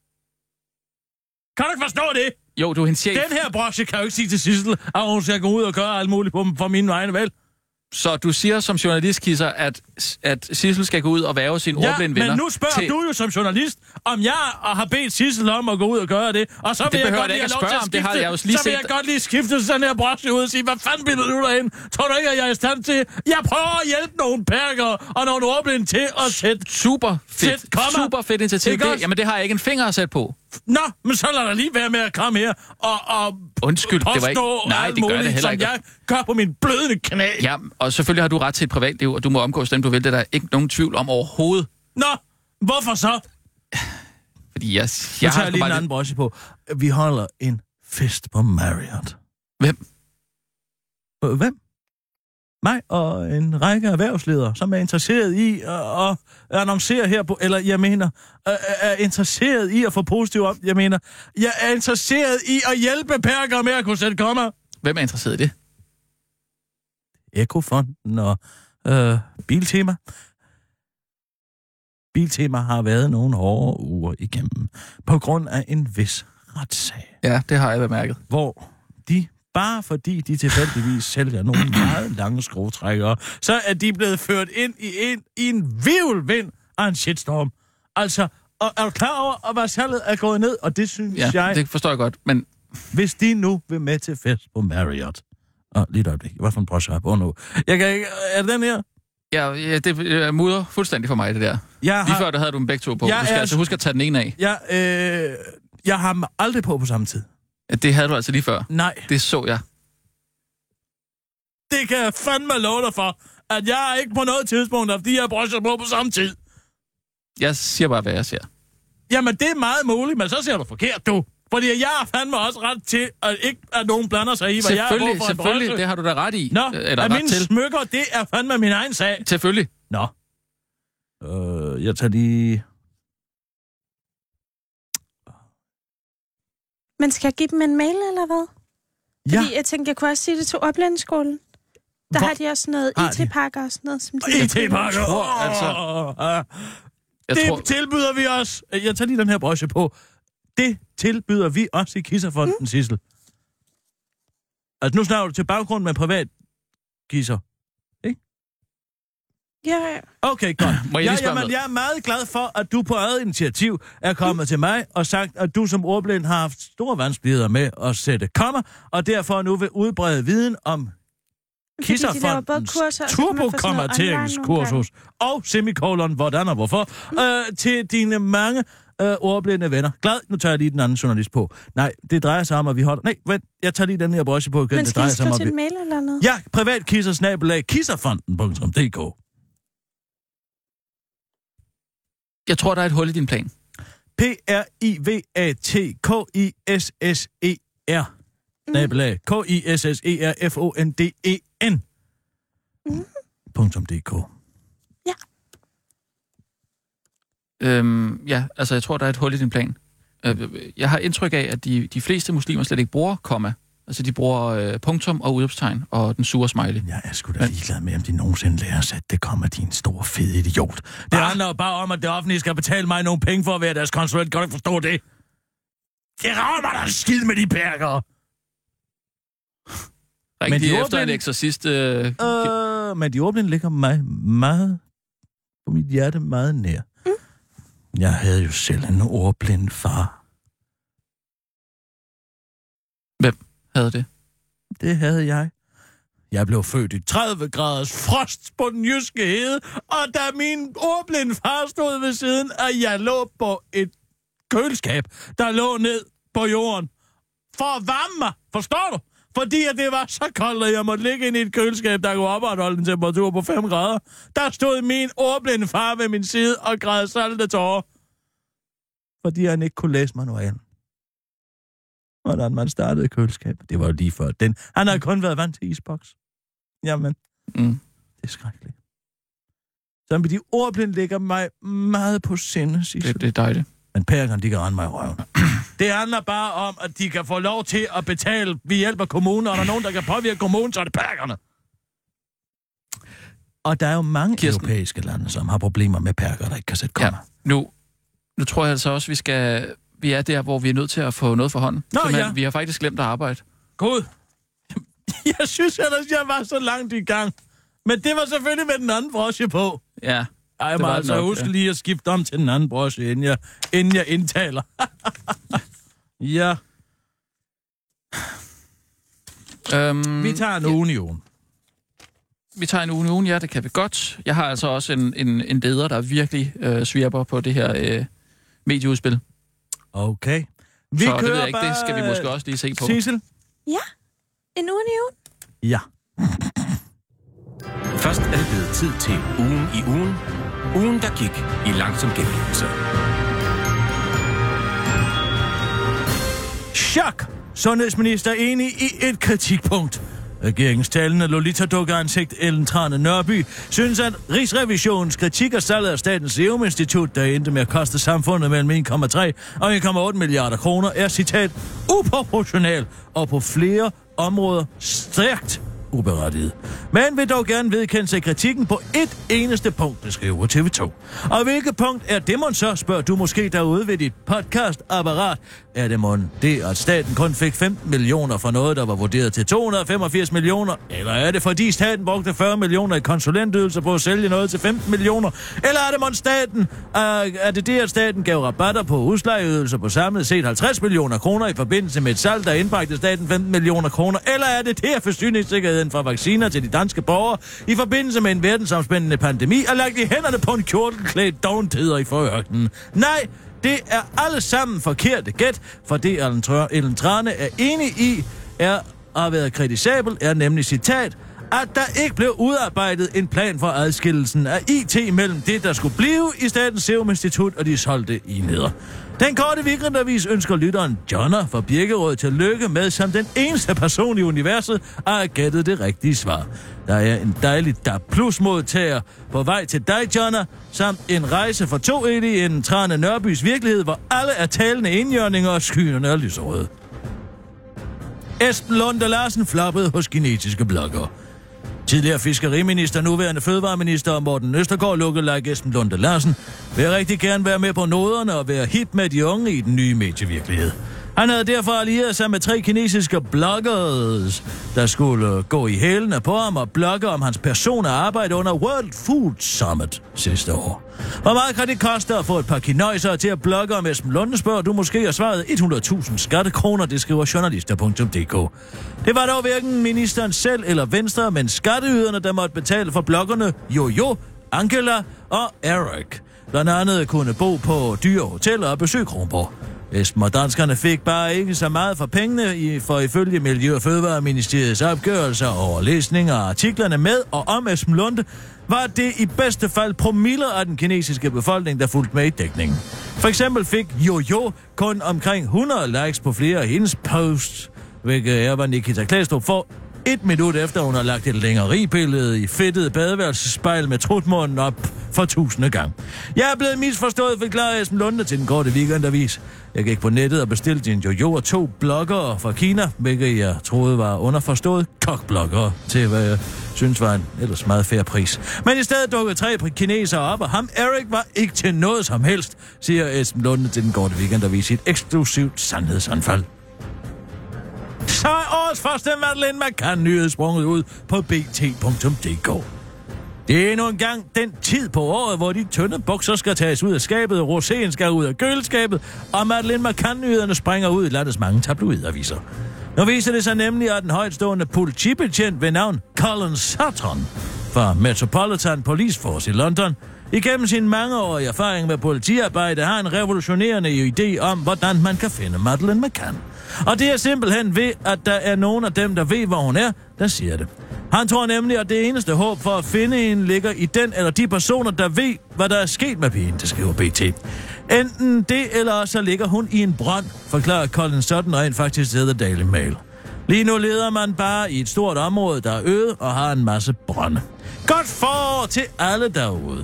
Kan du ikke forstå det? Jo, du er hendes chef. Den her broche kan jo ikke sige til Sissel, at hun skal gå ud og gøre alt muligt på, for mine vegne, vel? Så du siger som journalistkisser, at, at Sissel skal gå ud og værve sine ja, ordblinde venner? men nu spørger til... du jo som journalist, om jeg har bedt Sissel om at gå ud og gøre det. Og så vil det jeg godt lige have lov til at skifte, det har jeg jo lige så vil set... jeg godt lige skifte sådan her broche ud og sige, hvad fanden bilder du derhen? Tror du ikke, at jeg er i stand til? Jeg prøver at hjælpe nogle perker og nogle ordblinde til at sætte... Super fedt. Sæt, super fedt initiativ. Det, jamen, det har jeg ikke en finger at sætte på. Nå, men så lad der lige være med at komme her og, og Undskyld, påstå det var ikke... Nej, det gør muligt, det heller ikke. som jeg gør på min blødende knæ. Ja, og selvfølgelig har du ret til et privatliv, og du må omgås dem, du vil. Det er der ikke nogen tvivl om overhovedet. Nå, hvorfor så? Fordi jeg... jeg jeg har tager lige en anden broche på. Vi holder en fest på Marriott. Hvem? Hvem? Mig og en række erhvervsledere, som er interesseret i at, at annoncere her på, eller jeg mener, er interesseret i at få positivt op. Jeg mener, jeg er interesseret i at hjælpe perker med at kunne sætte komma. Hvem er interesseret i det? Ekofonden og øh, Biltema. Biltema har været nogle hårde uger igennem, på grund af en vis retssag. Ja, det har jeg bemærket. Hvor de... Bare fordi de tilfældigvis sælger nogle meget lange skruetrækkere, så er de blevet ført ind i en, i en virvelvind af en shitstorm. Altså, og er du klar over, hvad salget er gået ned? Og det synes ja, jeg... det forstår jeg godt, men... Hvis de nu vil med til fest på Marriott... Og lige et øjeblik, hvad for en broche har jeg på nu? Jeg kan ikke... Er det den her? Ja, ja det er mudder fuldstændig for mig, det der. Jeg Lige har... før, der havde du en begge to på. Du skal er... altså huske at tage den ene af. Ja, øh... Jeg har dem aldrig på på samme tid. Det havde du altså lige før. Nej. Det så jeg. Det kan jeg fandme love dig for, at jeg ikke på noget tidspunkt har de her brocher på på samme tid. Jeg siger bare, hvad jeg siger. Jamen, det er meget muligt, men så ser du forkert, du. Fordi jeg har fandme også ret til, at ikke at nogen blander sig i, hvad jeg har på for en Selvfølgelig, brødse. det har du da ret i. Nå, Eller at ret mine til. smykker, det er fandme min egen sag. Selvfølgelig. Nå. Øh, jeg tager lige... Men skal jeg give dem en mail, eller hvad? Ja. Fordi jeg tænkte, jeg kunne også sige det til oplandsskolen. Der Hvor? har de også noget Har de? I T-pakker og sådan noget, som de... I T-pakker. tror, Oh, altså- altså, Jeg det tror, tilbyder vi os. Jeg tager lige den her brødse på. Det tilbyder vi også i Kisserfonden, mm. Sissel. Altså, nu snakker du til baggrund med privat kisser. Ja, ja. Okay, godt. Må jeg lige ja, spørge jamen, noget? jeg er meget glad for, at du på eget initiativ er kommet mm. til mig og sagt, at du som ordblind har haft store vanskeligheder med at sætte komma, og derfor nu vil udbrede viden om Kisserfondens turbokommateringskursus og semikolon, hvordan og hvorfor, mm. øh, til dine mange øh, ordblinde venner. Glad, nu tager jeg lige den anden journalist på. Nej, det drejer sig om, at vi holder... Nej, vent, jeg tager lige den her brødse på igen. Men Det skal drejer I sig om, skrive at til vi... en mail eller noget? Ja, privatkissersnabelag kisserfonden punktum d k. jeg tror, der er et hul i din plan. P R I V A T K I S S E R. Nabelag. K I S S E R F O N D E N. Punktum .dk. Ja. Øhm, ja, altså jeg tror, der er et hul i din plan. Øh, jeg har indtryk af, at de, de fleste muslimer slet ikke bruger komma. Altså de bruger øh, punktum og udropstegn og den sure smiley. Jeg er sgu da ligeglad med, om de nogensinde lærer sig, at det kommer din store fede idiot. Det handler jo bare om, at det offentlige skal betale mig nogle penge for at være deres konsulent. Kan du ikke forstå det? Det rager mig da skid med de perker. Rigtig de efter ordblinde- en eksorcist... Øh, Øh, men de ordblinde ligger mig meget på mit hjerte meget nær. Mm. Jeg havde jo selv en ordblind far. Hvem havde det? Det havde jeg. Jeg blev født i tredive graders frost på den jyske hede, og da min ordblinde far stod ved siden, og jeg lå på et køleskab, der lå ned på jorden, for at varme mig. Forstår du? Fordi at det var så koldt, at jeg måtte ligge ind i et køleskab, der kunne opretholde en temperatur på fem grader. Der stod min ordblinde far ved min side og græd salte tårer. Fordi han ikke kunne læse manualen. Hvordan man startede køleskabet. Det var jo lige før den. Han har kun været vant til isboks. Jamen, Mm. det er skrækkeligt. Så de ordblinde ligger mig meget på sinde, Sissel. Det, det er dejligt. Men pærkerne, de kan rende mig i røven. Det handler bare om, at de kan få lov til at betale ved hjælp af kommunen, og der er nogen, der kan påvirke kommunen, så er det pærkerne. Og der er jo mange Kirsten. europæiske lande, som har problemer med pærker, der ikke kan sætte komma. Ja. Nu, nu tror jeg altså også, vi skal... Vi er der, hvor vi er nødt til at få noget for hånden. Nå, Simpelthen, ja. Vi har faktisk glemt at arbejde. God. Jeg synes ellers, jeg var så langt i gang. Men det var selvfølgelig med den anden brosje på. Ja. Ej, jeg Det må var altså nok, huske ja. lige at skifte om til den anden brosje, inden jeg, inden jeg indtaler. Ja, Øhm, vi tager en uge i ugen. Vi tager en uge i ugen, ja, det kan vi godt. Jeg har altså også en, en, en leder, der virkelig øh, svirper på det her øh, medieudspil. Okay. Vi Så kører det ved jeg ikke, bare... det skal vi måske også lige se på. Sissel? Ja, en uge i ugen. Ja. Først er det blevet tid til ugen i ugen. Ugen, der gik i langsom gengivelse. Chok! Sundhedsminister enig i et kritikpunkt. Regeringstalende Lolita-dukke-ansigt Ellen Trane Nørby synes, at Rigsrevisionens kritik af salget af Statens Serum Institut, der endte med at koste samfundet mellem en komma tre og en komma otte milliarder kroner, er, citat, uproportional og på flere områder stærkt uberettiget. Men vil dog gerne vedkende sig kritikken på et eneste punkt, det skriver T V to. Og hvilket punkt er det, mon så, spørger du måske derude ved dit podcast-apparat. Er det mon det, at staten kun fik femten millioner for noget, der var vurderet til to hundrede og femogfirs millioner? Eller er det, fordi staten brugte fyrre millioner i konsulentydelser på at sælge noget til femten millioner? Eller er det mon staten, uh, er det det, at staten gav rabatter på huslejeydelser på samlet set halvtreds millioner kroner i forbindelse med et salg, der indbragte staten femten millioner kroner? Eller er det det, at forsyningssikkerheden for vacciner til de danske borgere i forbindelse med en verdensomspændende pandemi er lagt i hænderne på en kjortelklædt doventheder i forørkenen? Nej, det er alle sammen forkerte gæt, for det Ellen Trane er enig i, er har været kritisabel, er nemlig citat, at der ikke blev udarbejdet en plan for adskillelsen af I T mellem det, der skulle blive i Statens Serum Institut og de solgte enheder. Den korte weekendavis ønsker lytteren Johnner fra Birkerød til lykke med som den eneste person i universet at have gættet det rigtige svar. Der er en dejlig D A B plus modtager på vej til dig, Johnner, samt en rejse for to ind i en Trane Nørbys virkelighed, hvor alle er talende indjørninger og skyerne er lyserøde. Esben Lunde Larsen floppede hos kinesiske bloggere. Tidligere fiskeriminister, nuværende fødevareminister Morten Østergaard lookalike Esben Lunde Larsen vil rigtig gerne være med på noderne og være hip med de unge i den nye medievirkelighed. Han havde derfor allieret sig med tre kinesiske bloggers, der skulle gå i hælene på ham og blogge om hans person og arbejde under World Food Summit sidste år. Hvor meget kan det koste at få et par kinøjser til at blogge om Esben Lunde, spørger du måske, og svaret hundrede tusind skattekroner, det skriver journalister punktum d k. Det var dog hverken ministeren selv eller Venstre, men skatteyderne, der måtte betale for bloggerne Jojo, Angela og Eric. Blandt andet kunne bo på dyre hoteller og besøge Kronborg. Esben og danskerne fik bare ikke så meget for pengene, for ifølge Miljø- og Fødevareministeriets opgørelser over læsning af artiklerne med og om Esben Lunde, var det i bedste fald promiller af den kinesiske befolkning, der fulgte med i dækningen. For eksempel fik Jojo kun omkring hundrede likes på flere af hendes posts, hvilket er, var Nikita Klæstrup for et minut efter, hun har lagt et længere i fedtet badeværelsespejl med trutmunden op for tusinde gang. Jeg er blevet misforstået, forklarer Esben Lunde til den korte weekendavis. Jeg gik på nettet og bestilte en Jojo og to bloggere fra Kina, hvilket jeg troede var underforstået kokbloggere, til hvad jeg synes var en ellers meget fair pris. Men i stedet dukkede tre kinesere op, og ham Erik var ikke til noget som helst, siger Esben Lunde til den korte weekendavis i et eksklusivt sandhedsanfald. Så er årets første Madeleine McCann-nyhed sprunget ud på b t punktum d k. Det er endnu en gang den tid på året, hvor de tynde bukser skal tages ud af skabet, roséen skal ud af køleskabet, og Madeleine McCann-nyhederne springer ud i landets mange tabloidaviser. Nu viser det sig nemlig, at den højtstående politibetjent ved navn Colin Sutton fra Metropolitan Police Force i London igennem sin mangeårige erfaring med politiarbejde har en revolutionerende idé om, hvordan man kan finde Madeleine McCann. Og det er simpelthen ved, at der er nogen af dem, der ved, hvor hun er, der siger det. Han tror nemlig, at det eneste håb for at finde hende ligger i den eller de personer, der ved, hvad der er sket med pigen, det skriver B T. Enten det, eller så ligger hun i en brønd, forklarer Colin Sutton rent faktisk til The Daily Mail. Lige nu leder man bare i et stort område, der er øde og har en masse brønde. Godt forår til alle derude.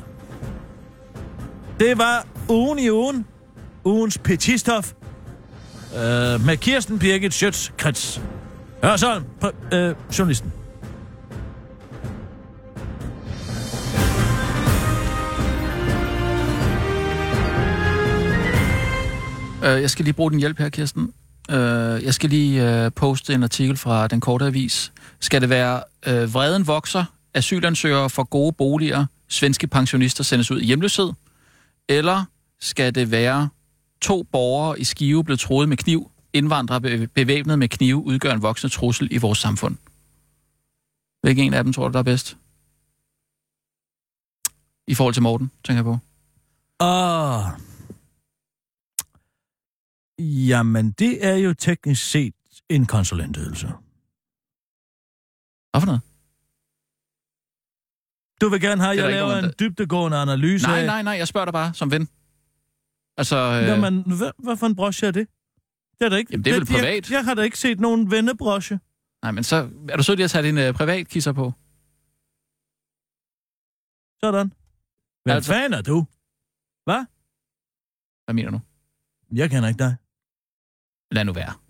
Det var ugen i ugen, ugens petistof, øh, med Kirsten Birgit Schøtz-Krets. Hørsholm, øh, journalisten. Jeg skal lige bruge din hjælp her, Kirsten. Jeg skal lige poste en artikel fra Den Korte Avis. Skal det være vreden vokser, asylansøgere for gode boliger, svenske pensionister sendes ud i hjemløshed? Eller skal det være to borgere i Skive blev truet med kniv, indvandrere bevæbnet med knive udgør en voksende trussel i vores samfund? Hvilken en af dem tror du, der er bedst? I forhold til Morten, tænker jeg på. Åh... Oh. Jamen, det er jo teknisk set en konsulentydelse. Hvad for noget? Du vil gerne have, at jeg laver en dybdegående analyse Nej, af... nej, nej, jeg spørger dig bare som ven. Altså... Øh... Jamen, hvad, hvad for en broche er det? Det er da ikke... Jamen, det er vel det, privat. Jeg, jeg har da ikke set nogen vennebrosche. Nej, men så er du så lige at tage din uh, privatkisser på? Sådan. Hvad altså... fanden er du? Hvad? Hvad mener du? Jeg kender ikke dig. Lad nu være.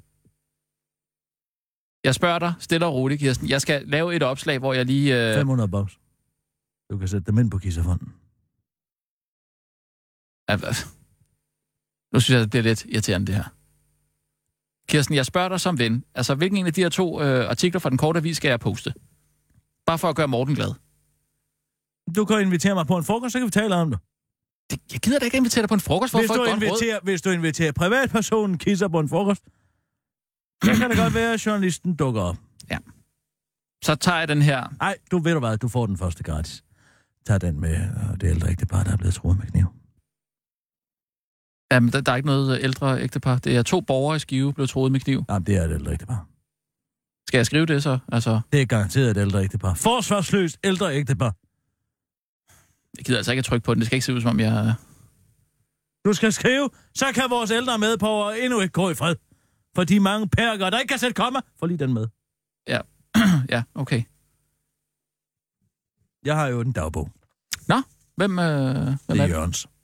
Jeg spørger dig stille og roligt, Kirsten. Jeg skal lave et opslag, hvor jeg lige... Øh... fem hundrede boks. Du kan sætte dem ind på Kissefonden. Ja, nu synes jeg, det bliver lidt irriterende, det her. Kirsten, jeg spørger dig som ven. Altså, hvilken en af de her to øh, artikler fra Den Korte Avis skal jeg poste? Bare for at gøre Morten glad. Du kan invitere mig på en frokost, så kan vi tale om det. det jeg gider da ikke invitere dig på en frokost, for hvis at få du et godt inviterer, råd. Hvis du inviterer privatpersonen kisser på en frokost, så kan det godt være, at journalisten dukker op. Ja. Så tager jeg den her. Nej, du ved du hvad, du får den første gratis. Tag den med, og det ældre ægtepar, der er blevet truet med kniv. Jamen, der, der er ikke noget ældre ægtepar. Det er to borgere i Skive, blev truet med kniv. Jamen, det er et ældre ægtepar. Skal jeg skrive det så? Altså... Det er garanteret et ældre ægtepar. Forsvarsløst ældre ægtepar. Jeg gider altså ikke at trykke på den. Det skal ikke se ud, som om jeg... Du skal skrive, så kan vores ældre med på at endnu ikke gå i fred. For de mange perker, der ikke kan sætte komma. Få lige den med. Ja, ja, okay. Jeg har jo en dagbog. Nå, hvem, øh, hvem det er, er det? Jørgens.